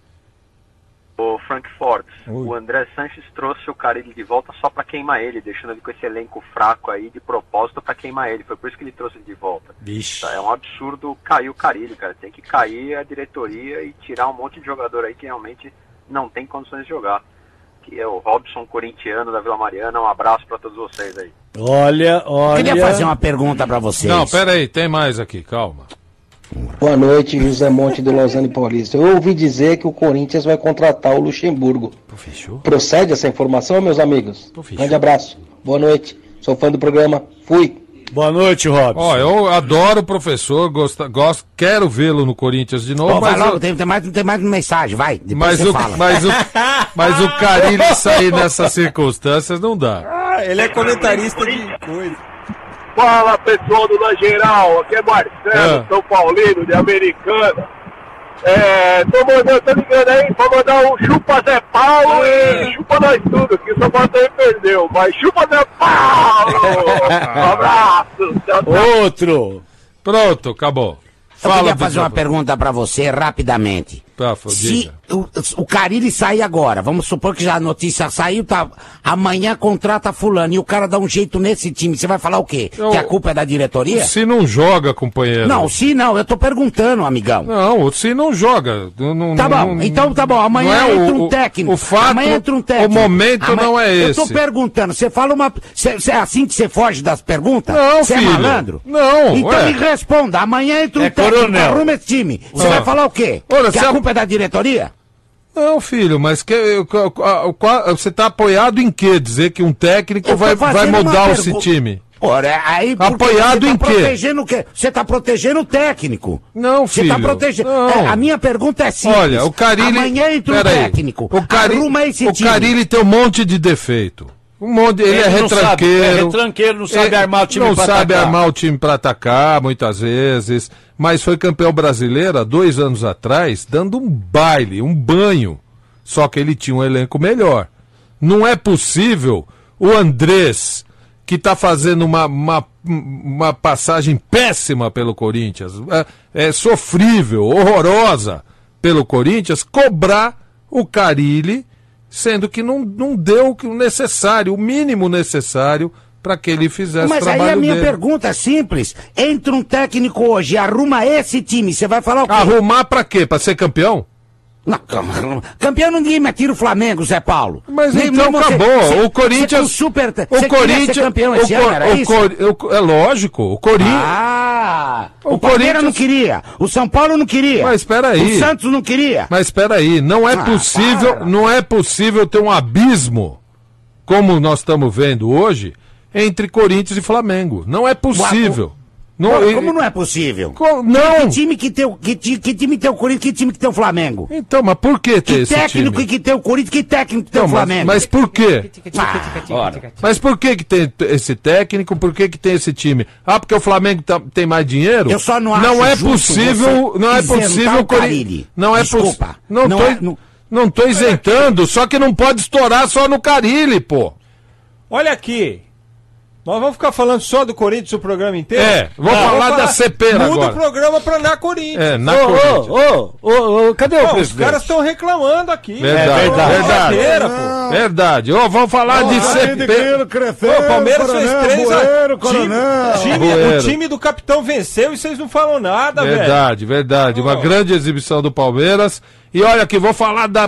O Frankfurt, o André Sanches trouxe o Carille de volta só pra queimar ele, deixando ele com esse elenco fraco aí de propósito pra queimar ele. Foi por isso que ele trouxe ele de volta. Vixe. É um absurdo cair o Carille, cara. Tem que cair a diretoria e tirar um monte de jogador aí que realmente não tem condições de jogar. Que é o Robson, corintiano da Vila Mariana. Um abraço pra todos vocês aí. Olha, olha. Queria fazer uma pergunta pra vocês. Não, pera aí, tem mais aqui, calma. Boa noite, José Monte do Lausanne Paulista. Eu ouvi dizer que o Corinthians vai contratar o Luxemburgo. Fechou? Procede essa informação, meus amigos? Grande abraço. Boa noite. Sou fã do programa. Fui. Boa noite, Robson. Ó, eu adoro o professor, gosto, gosto quero vê-lo no Corinthians de novo. Ó, vai mas logo, eu- tem, tem mais, tem mais mensagem, vai. Depois Mas você o, fala. mas, o, mas o Carille sair nessas circunstâncias não dá. Ah, ele é comentarista de coisa. Fala pessoal do Na Geral, aqui é Marcelo, Ah. São Paulino, de Americana. É, tô mandando, tô ligando aí pra mandar um chupa Zé Paulo e chupa nós tudo, que o São Paulo também perdeu, mas chupa Zé Paulo! Um abraço! Tchau, tchau. Outro. Pronto, acabou. Eu Fala, queria fazer uma Pedro. pergunta pra você rapidamente. Tá, Se diga. o, o Carille sair agora, vamos supor que já a notícia saiu, tá? Amanhã contrata fulano e o cara dá um jeito nesse time, você vai falar o quê? Eu- Que a culpa é da diretoria? Se não joga, companheiro. Não, se não, eu tô perguntando, amigão. Não, se não joga. Não, não- Tá bom, não- então tá bom, amanhã não é entra o- um técnico. O fato, amanhã entra um técnico. o momento Amanhã- não é Eu esse. tô perguntando, você fala uma... Cê, cê é assim que você foge das perguntas? Não, Você é filho. malandro? Não, Então ué. me responda, amanhã entra um É técnico, coronel. arruma esse time. Você Ah. vai falar o quê? Olha, que se a a- culpa é da diretoria? Não, filho, mas que, qual- qual- qual- você tá apoiado em quê? Dizer que um técnico Eu tô vai, vai fazendo uma mudar esse pergu- time? Ora, aí porque Apoiado você tá em quê? protegendo o quê? Você tá protegendo o técnico. Não, Você filho. tá protegendo. Não. É, a minha pergunta é simples. Olha, o Carille... Amanhã entra um Pera aí. técnico. O Carille, Arruma esse o time. Carille tem um monte de defeito. Um monte, ele, Ele é não sabe, retranqueiro. é retranqueiro, não sabe Ele armar o time Não pra sabe atacar. armar o time pra atacar, muitas vezes. Mas foi campeão brasileiro há dois anos atrás, dando um baile, um banho. Só que ele tinha um elenco melhor. Não é possível o Andrés, que está fazendo uma, uma, uma passagem péssima pelo Corinthians, é, é sofrível, horrorosa pelo Corinthians, cobrar o Carille, sendo que não, não deu o necessário, o mínimo necessário para que ele fizesse Mas o aí trabalho a minha dele. pergunta é simples. Entra um técnico hoje, arruma esse time, você vai falar o quê? Arrumar para quê? Para ser campeão? Não, campeão ninguém mais tira o Flamengo, Zé Paulo. Mas Nem, então você, acabou. Você, o Corinthians. Você super, o você Corinthians. ser campeão o, esse ano, era o, isso? o, o, é lógico. O Corinthians. Ah! O, o Palmeiras Corinthians não queria. O São Paulo não queria. Mas espera aí. O Santos não queria. Mas espera aí. Não é Ah, possível. para. Não é possível ter um abismo, como nós estamos vendo hoje, entre Corinthians e Flamengo. Não é possível. Não, Como, como não é possível? Co- não. Que time que tem, o- que, ti- que time tem o Corinthians, que time que tem o Flamengo? Então, mas por que ter Que esse técnico time? que tem o Corinthians, que técnico que tem Não, o mas, Flamengo? mas por quê? Ah, ora. Mas por que que tem t- esse técnico? Por que que tem esse time? Ah, porque o Flamengo tá- tem mais dinheiro? Eu só não acho Não é justo possível, você não é isentar possível o Carille. Não é possível. Desculpa. Não, Não tô, é- não- não tô isentando, só que não pode estourar só no Carille, pô. Olha aqui. Nós vamos ficar falando só do Corinthians o programa inteiro? É, vamos Ah, falar da Cepera muda agora. o programa pra na Corinthians. É, na Ô, Corinthians. ô, Ô, ô, ô, cadê o Pô, os presidente? caras estão reclamando aqui. Verdade, É verdade. Brincadeira, pô. Verdade. Ô, vamos falar de Cepera. Ô, o Palmeiras fez três a... Bueiro, time, coronel. time- Bueiro. O time do capitão venceu e vocês não falam nada, velho. Verdade, verdade. Uma Pô. grande exibição do Palmeiras. E olha aqui, vou falar da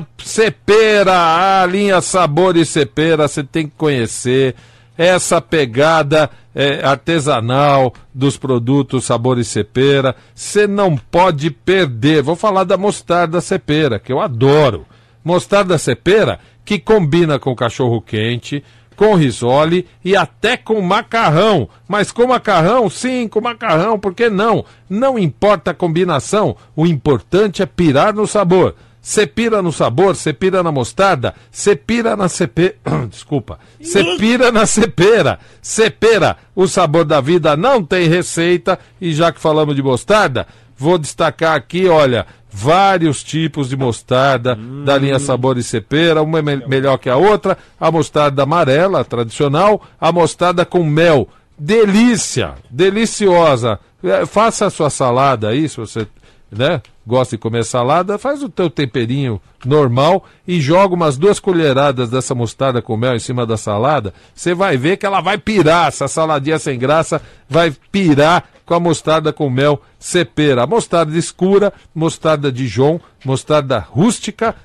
Cepera, a linha Sabor e Cepera, você tem que conhecer essa pegada é, artesanal dos produtos Sabor e Cepera. Você não pode perder. Vou falar da mostarda Cepera, que eu adoro. Mostarda Cepera, que combina com cachorro quente, com risole e até com macarrão. Mas com macarrão, sim, com macarrão, por que não? Não importa a combinação, o importante é pirar no sabor. Você pira no sabor, você pira na mostarda, você pira na cepera. Desculpa. Você pira na cepera. Cepera, o sabor da vida não tem receita. E já que falamos de mostarda, vou destacar aqui, olha, vários tipos de mostarda hum. da linha Sabor e Cepera, uma é me- melhor que a outra, a mostarda amarela, a tradicional, a mostarda com mel, delícia, deliciosa. É, faça a sua salada aí, se você, né, gosta de comer salada, faz o teu temperinho normal e joga umas duas colheradas dessa mostarda com mel em cima da salada, você vai ver que ela vai pirar, essa saladinha sem graça vai pirar com a mostarda com mel Cepera. Mostarda escura, mostarda Dijon, mostarda rústica,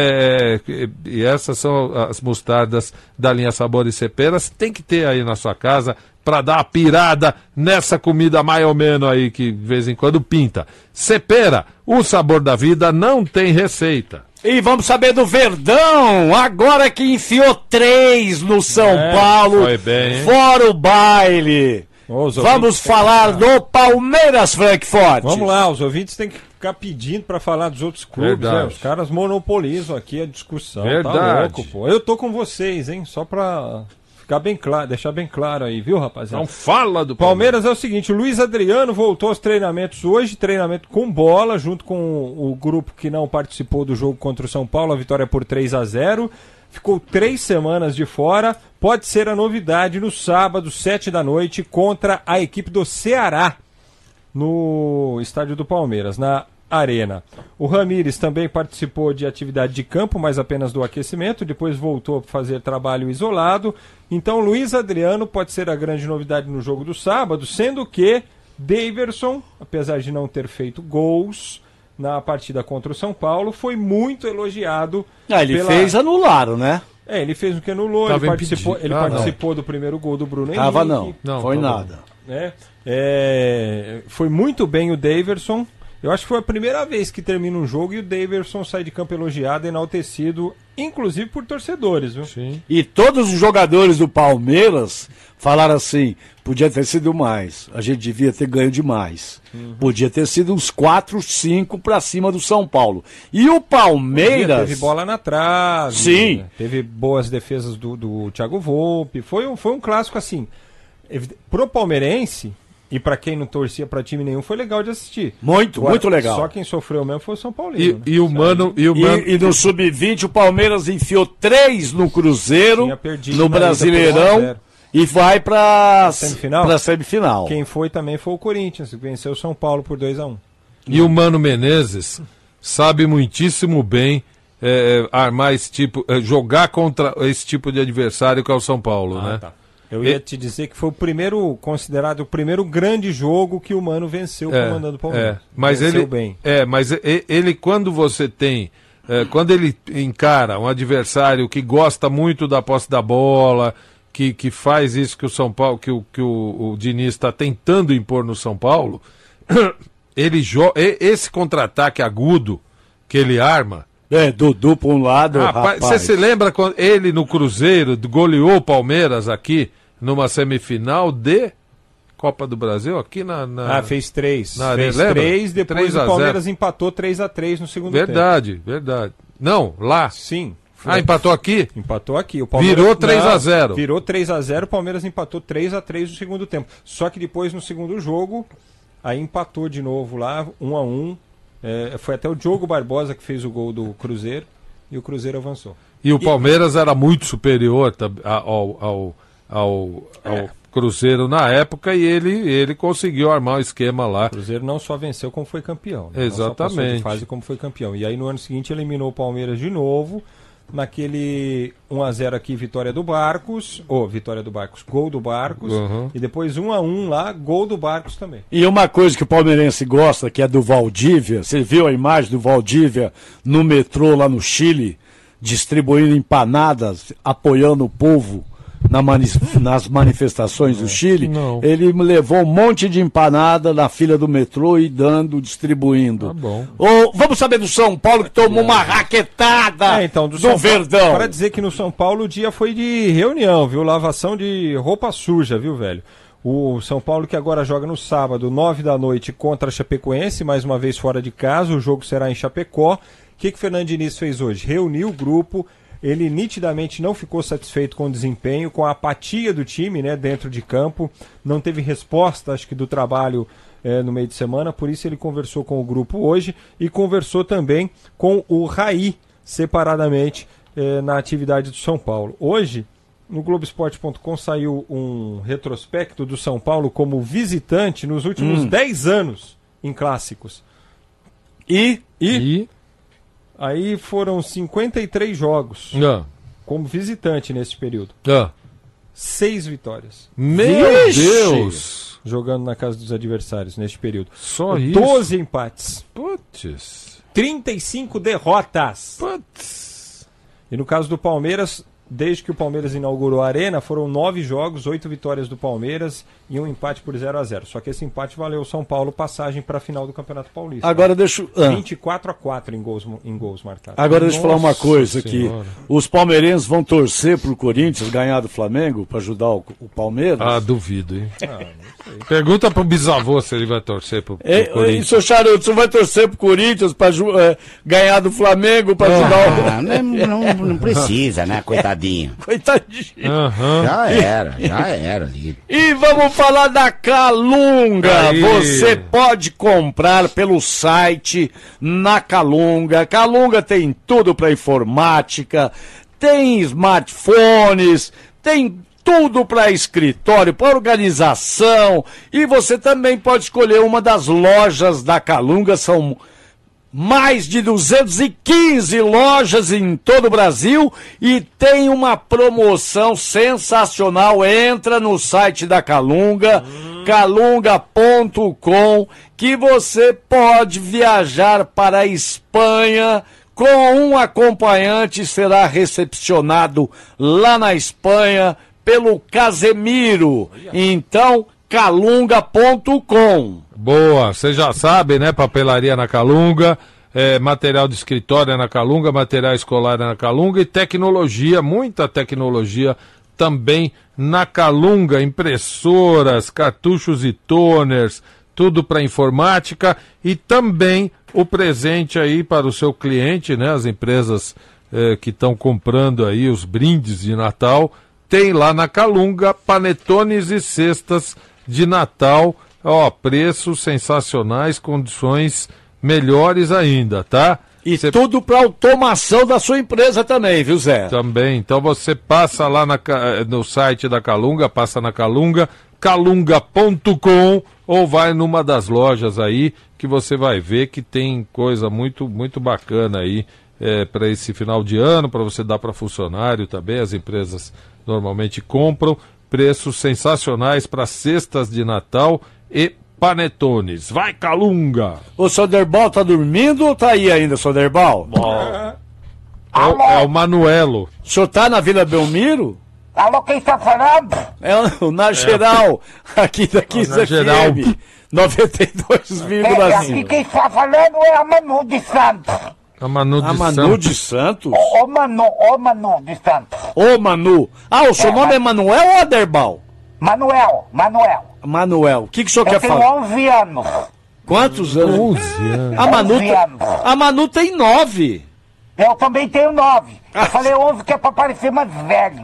é, e essas são as mostardas da linha Sabor e Cepera. Você tem que ter aí na sua casa para dar uma pirada nessa comida mais ou menos aí que de vez em quando pinta. Cepera, o sabor da vida não tem receita. E vamos saber do Verdão, agora que enfiou três no São É, Paulo, foi bem, hein? fora o baile. Ô, Vamos falar do Palmeiras, Frankfurt. Vamos lá, os ouvintes têm que ficar pedindo pra falar dos outros clubes, Verdade. né? Os caras monopolizam aqui a discussão. Tá Verdade. louco, pô. Eu tô com vocês, hein? Só pra ficar bem claro, deixar bem claro aí, viu, rapaziada? Então fala do Palmeiras é o seguinte, o Luiz Adriano voltou aos treinamentos hoje, treinamento com bola, junto com o grupo que não participou do jogo contra o São Paulo, a vitória por três a zero. Ficou três semanas de fora, pode ser a novidade no sábado, sete da noite, contra a equipe do Ceará, no estádio do Palmeiras, na Arena. O Ramires também participou de atividade de campo, mas apenas do aquecimento, depois voltou a fazer trabalho isolado. Então Luiz Adriano pode ser a grande novidade no jogo do sábado, sendo que Daverson, apesar de não ter feito gols na partida contra o São Paulo, foi muito elogiado. Ah, ele pela... fez, anularam, né? É, ele fez o que anulou, Tava ele participou, impedido. ele Ah, participou do primeiro gol do Bruno Tava Henrique. não, Não, foi tá bom. nada. Né? É, foi muito bem o Daverson. Eu acho que foi a primeira vez que termina um jogo e o Daverson sai de campo elogiado, enaltecido, inclusive por torcedores, viu? Sim. E todos os jogadores do Palmeiras falaram assim, podia ter sido mais, a gente devia ter ganho demais. Uhum. Podia ter sido uns quatro, cinco pra cima do São Paulo. E o Palmeiras... Teve bola na trave. Sim. Né? Teve boas defesas do, do Thiago Volpe. Foi um, foi um clássico assim. Evid- Pro palmeirense, e pra quem não torcia pra time nenhum, foi legal de assistir. Muito, Agora, muito legal. Só quem sofreu mesmo foi o São Paulino. E, né? e o Mano... E, o Mano... E, e no sub vinte o Palmeiras enfiou três no Cruzeiro, Tinha perdido no na ida por um a Brasileirão, zero. e vai pra Semifinal? pra semifinal. Quem foi também foi o Corinthians, que venceu o São Paulo por dois a um. E o Mano Menezes sabe muitíssimo bem é, armar esse tipo, é, jogar contra esse tipo de adversário que é o São Paulo, Ah, né? tá. Eu ia te dizer que foi o primeiro, considerado o primeiro grande jogo que o Mano venceu É, comandando o Palmeiras. é, mas venceu ele, bem. é, mas e- ele quando você tem é, quando ele encara um adversário que gosta muito da posse da bola, que, que faz isso que o São Paulo, que o, que o, o Diniz está tentando impor no São Paulo, ele jo- esse contra-ataque agudo que ele arma. É, Dudu para um lado, rapaz. Você se lembra quando ele no Cruzeiro goleou o Palmeiras aqui numa semifinal de Copa do Brasil? Aqui na. na ah, fez três. Na, fez lembra? três, depois três o Palmeiras empatou três a três no segundo verdade, tempo. Verdade, verdade. Não, lá. Sim. Foi. Ah, empatou aqui? Empatou aqui. O Palmeiras... Virou três a zero. Virou três a zero, o Palmeiras empatou três a três no segundo tempo. Só que depois, no segundo jogo, aí empatou de novo lá, um a um. É, foi até o Diogo Barbosa que fez o gol do Cruzeiro e o Cruzeiro avançou. E o Palmeiras e... era muito superior ao, ao, ao, ao é. Cruzeiro na época e ele, ele conseguiu armar o esquema lá. O Cruzeiro não só venceu como foi campeão. Né? Exatamente. Não só passou de fase como foi campeão. E aí no ano seguinte eliminou o Palmeiras de novo. Naquele um a zero aqui, vitória do Barcos, ou oh, vitória do Barcos, gol do Barcos, uhum. E depois um a um lá, gol do Barcos também. E uma coisa que o palmeirense gosta, que é do Valdívia, você viu a imagem do Valdívia no metrô lá no Chile, distribuindo empanadas, apoiando o povo na mani- nas manifestações do Chile? Não. Ele levou um monte de empanada na fila do metrô e dando, distribuindo. Tá bom. Ou, vamos saber do São Paulo que tomou uma raquetada é, então, do, do São Verdão. Paulo, para dizer que no São Paulo o dia foi de reunião, viu? Lavação de roupa suja, viu, velho? O São Paulo que agora joga no sábado, nove da noite, contra a Chapecoense, mais uma vez fora de casa, o jogo será em Chapecó. O que que o Fernando Diniz fez hoje? Reuniu o grupo. Ele nitidamente não ficou satisfeito com o desempenho, com a apatia do time, né, dentro de campo. Não teve resposta, acho que, do trabalho é, no meio de semana. Por isso ele conversou com o grupo hoje e conversou também com o Raí, separadamente, é, na atividade do São Paulo. Hoje, no Globo Esporte ponto com saiu um retrospecto do São Paulo como visitante nos últimos dez hum. anos em clássicos. E... e... e... Aí foram cinquenta e três jogos ah. como visitante nesse período. Ah. Seis vitórias. Meu Vixe. Deus! Jogando na casa dos adversários neste período. Só isso? doze empates. Putz. trinta e cinco derrotas. Putz. E no caso do Palmeiras, desde que o Palmeiras inaugurou a Arena, foram nove jogos, oito vitórias do Palmeiras e um empate por zero a zero. Só que esse empate valeu ao São Paulo passagem para a final do Campeonato Paulista. Agora deixa eu... ah. vinte e quatro a quatro em gols, em gols marcados. Agora deixa eu falar uma coisa aqui. Senhora. Os palmeirenses vão torcer pro Corinthians ganhar do Flamengo para ajudar o, o Palmeiras? Ah, duvido, hein? Ah, não sei. Pergunta pro bisavô se ele vai torcer pro, pro é, Corinthians. E, seu Charuto, você vai torcer pro Corinthians para é, ganhar do Flamengo para ajudar ah, o... Não, não, não precisa, né, coitadinho. Coitadinho. Uhum. Já era, já era. E vamos falar da Calunga. Aí. Você pode comprar pelo site na Calunga. Calunga tem tudo para informática, tem smartphones, tem tudo para escritório, para organização. E você também pode escolher uma das lojas da Calunga. São mais de duzentas e quinze lojas em todo o Brasil e tem uma promoção sensacional. Entra no site da Calunga, hum. calunga ponto com, que você pode viajar para a Espanha com um acompanhante, será recepcionado lá na Espanha pelo Casemiro. Então, calunga ponto com. Boa, você já sabe, né? Papelaria na Calunga, é, material de escritório é na Calunga, material escolar é na Calunga e tecnologia, muita tecnologia também na Calunga, impressoras, cartuchos e toners, tudo para informática e também o presente aí para o seu cliente, né? As empresas é, que estão comprando aí os brindes de Natal, tem lá na Calunga panetones e cestas de Natal. Ó, preços sensacionais, condições melhores ainda, tá? E Cê... tudo para automação da sua empresa também, viu, Zé? Também. Então você passa lá na, no site da Calunga, passa na Calunga, calunga ponto com, ou vai numa das lojas aí que você vai ver que tem coisa muito, muito bacana aí é, para esse final de ano, para você dar para funcionário também. As empresas normalmente compram. Preços sensacionais para cestas de Natal e panetones. Vai, Calunga! O Soderbal tá dormindo ou tá aí ainda, Soderbal? Bom. É o, é o Manuelo. O senhor tá na Vila Belmiro? Alô, quem está falando? É o Na Geral, é. aqui daqui Na Geral. noventa e dois vírgula cinco. É, aqui quem está falando é a Manu de Santos. A Manu de a Manu Santos. de Santos? Ô, ô Manu, ô Manu de Santos. Ô Manu. Ah, o seu é, nome mas... é Manuel ou Aderbal? Manuel, Manuel. Manuel. O que, que o senhor eu quer tenho falar? onze anos. Quantos anos? onze anos. A Manu, onze anos. A Manu tem nove. Eu também tenho nove. Eu falei onze que é pra parecer mais velho.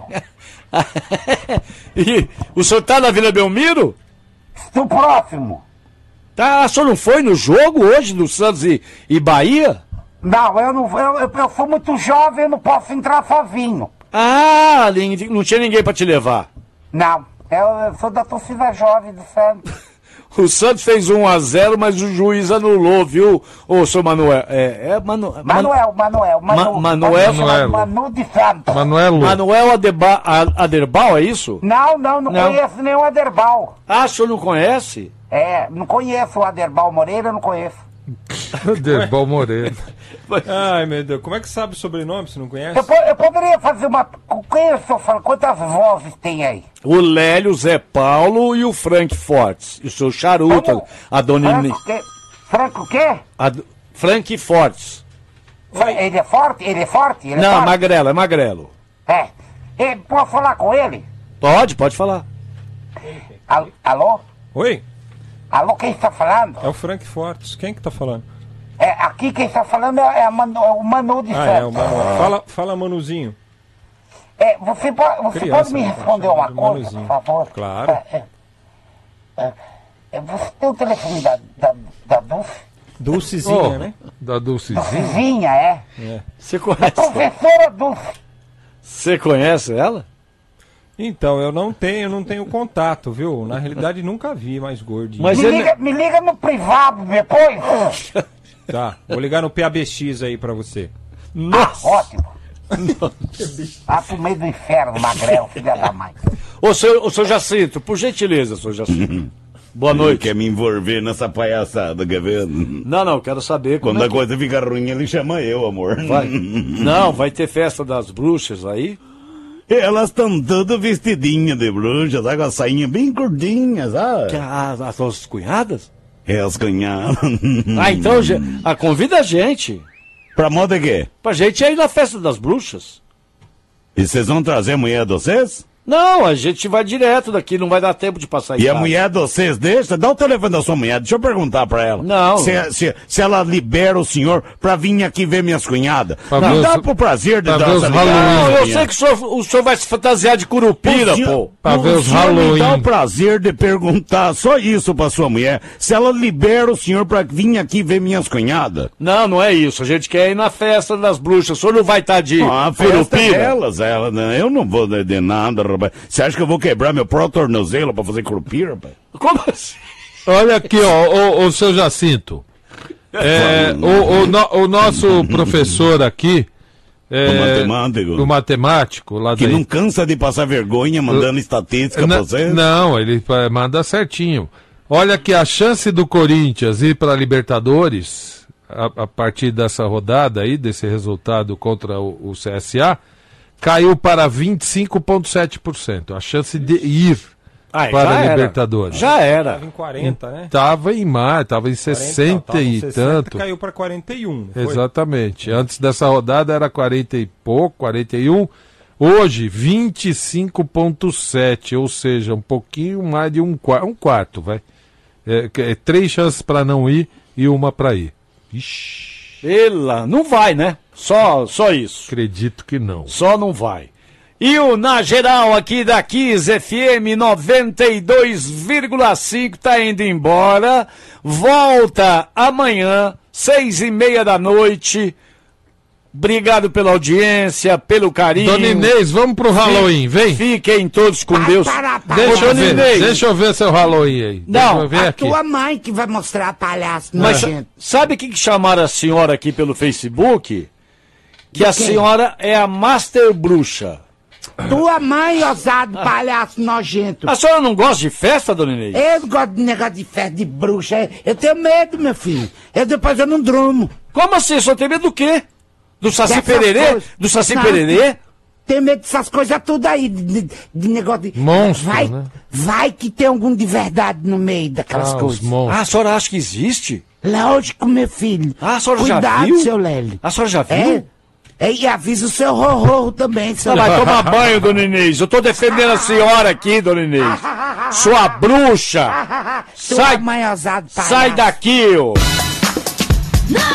E o senhor tá na Vila Belmiro? No próximo. Tá, o senhor não foi no jogo hoje do Santos e, e Bahia? Não, eu não eu, eu, eu sou muito jovem, eu não posso entrar sozinho. Ah, não tinha ninguém pra te levar. Não, eu, eu sou da torcida jovem do Santos. O Santos fez um a zero, mas o juiz anulou, viu, ô, seu Manuel? É, é Manu, Manuel, Manuel, Manu, Ma, Manuel, Manuel, Manu de Santos. Manuel, Manuel Adeba, Aderbal, é isso? Não, não, não, não conheço nenhum Aderbal. Ah, o senhor não conhece? É, não conheço o Aderbal Moreira, não conheço. Aderbal Moreira. Ai, meu Deus, como é que sabe o sobrenome se não conhece? Eu, eu poderia fazer uma... Quem é o senhor fala? Quantas vozes tem aí? O Lélio, o Zé Paulo e o Frank Fortes. E o seu charuto, Como? a dona Franco, que... Franco o quê? A... Frank Fortes. Ele é forte? Ele é forte? Ele não, é forte? magrelo, é magrelo. É. E, posso falar com ele? Pode, pode falar. Al, alô? Oi? Alô, quem está falando? É o Frank Fortes. Quem que tá falando? É, aqui quem está falando é, é, Manu, é o Manu de ah, Santos. É, o Manu. Fala, fala, Manuzinho. É, você pode, você Criança, pode me responder uma coisa, Manuzinho. Por favor? Claro. É, é, é, você tem o telefone da, da, da Dulce? Dulcezinha, oh, né? Da Dulcezinha? Dulcezinha, é. é. Você conhece? Da professora Dulce. Você conhece ela? Então, eu não tenho, não tenho contato, viu? Na realidade, nunca vi mais gordinho. Mas me, ele... liga, me liga no privado depois. Tá, vou ligar no P A B X aí pra você. Nossa! Ah, ótimo! Ah, pro meio do inferno, magrelo, filha da mãe. Ô, seu, ô, seu Jacinto, por gentileza, seu Jacinto. Boa noite. Quer me envolver nessa palhaçada, quer ver? Não, não, quero saber como Quando é a que... coisa fica ruim, ele chama eu, amor. Vai. Não, vai ter festa das bruxas aí? Elas estão todas vestidinhas de bruxa, sabe? Com a sainha bem curtinha, sabe? As, as nossas cunhadas? É, as cunhadas. Ah, então, a, convida a gente. Pra moda quê? Pra gente ir na festa das bruxas. E vocês vão trazer a mulher de vocês? Não, a gente vai direto daqui, não vai dar tempo de passar em E casa. a mulher de vocês deixa? Dá o telefone da sua mulher, deixa eu perguntar pra ela. Não. Se, se, se ela libera o senhor pra vir aqui ver minhas cunhadas. Pra não ver dá os, pro prazer de dar essa ligada. Não, eu sei que o senhor, o senhor vai se fantasiar de curupira, o senhor, pô. Pra ver os Halloween. Me dá o prazer de perguntar só isso pra sua mulher, se ela libera o senhor pra vir aqui ver minhas cunhadas. Não, não é isso. A gente quer ir na festa das bruxas. O senhor não vai estar de ah, a festa é delas, ela, né? Eu não vou de, de nada, rapaz. Você acha que eu vou quebrar meu próprio tornozelo pra fazer curupira, rapaz? Como assim? Olha aqui, ó, o, o seu Jacinto. É, o, o, no, o nosso professor aqui. É, o matemático. O matemático lá Que daí. não cansa de passar vergonha mandando estatística pra você. Não, ele manda certinho. Olha que a chance do Corinthians ir para a Libertadores, a, a partir dessa rodada aí, desse resultado contra o, o C S A, caiu para vinte e cinco vírgula sete por cento. A chance de ir ah, para a era. Libertadores. Já era. Estava em quarenta, né? Estava em mais, estava em sessenta quarenta, e sessenta, tanto. Caiu para quarenta e um. Exatamente. Antes dessa rodada era quarenta e pouco, quarenta e um. Hoje, vinte e cinco vírgula sete, ou seja, um pouquinho mais de um quarto, um quarto, vai. É, é, três chances para não ir e uma para ir. Ixi. Ela não vai, né? Só, só isso. Acredito que não. Só não vai. E o Na Geral aqui da Kiss F M noventa e dois vírgula cinco tá indo embora. Volta amanhã, seis e meia da noite. Obrigado pela audiência, pelo carinho. Dona Inês, vamos pro Halloween, vem. Fiquem todos com Deus. Para, para, deixa, Ô, eu ver, Inês. deixa eu ver seu Halloween aí. Não, deixa eu ver a aqui. tua mãe que vai mostrar a palhaço. Mas nojento. sabe o que, que chamaram a senhora aqui pelo Facebook? Que Do a quê? senhora é a Master Bruxa. Tua mãe, ousado, palhaço nojento. A senhora não gosta de festa, dona Inês? Eu não gosto de negócio de festa de bruxa. Eu tenho medo, meu filho. Eu depois eu não durmo. Como assim? Só tem medo do quê? Do Saci Dessas Pererê? coisas. Do Saci Não, Pererê? Tem medo dessas coisas tudo aí, de, de- de negócio de... Monstro, vai, né? vai que tem algum de verdade no meio daquelas Ah, os coisas. monstros. Ah, a senhora acha que existe? Lógico, meu filho. Ah, a senhora Cuidado, já viu? seu Lélio. A senhora já viu? É, é, e avisa o seu Rorro também, seu Não, vai Lélio. tomar banho, dona Inês. Eu tô defendendo a senhora aqui, dona Inês. Sua bruxa! Sua Sai, manhosada, sai palhaço. daqui, ô! Na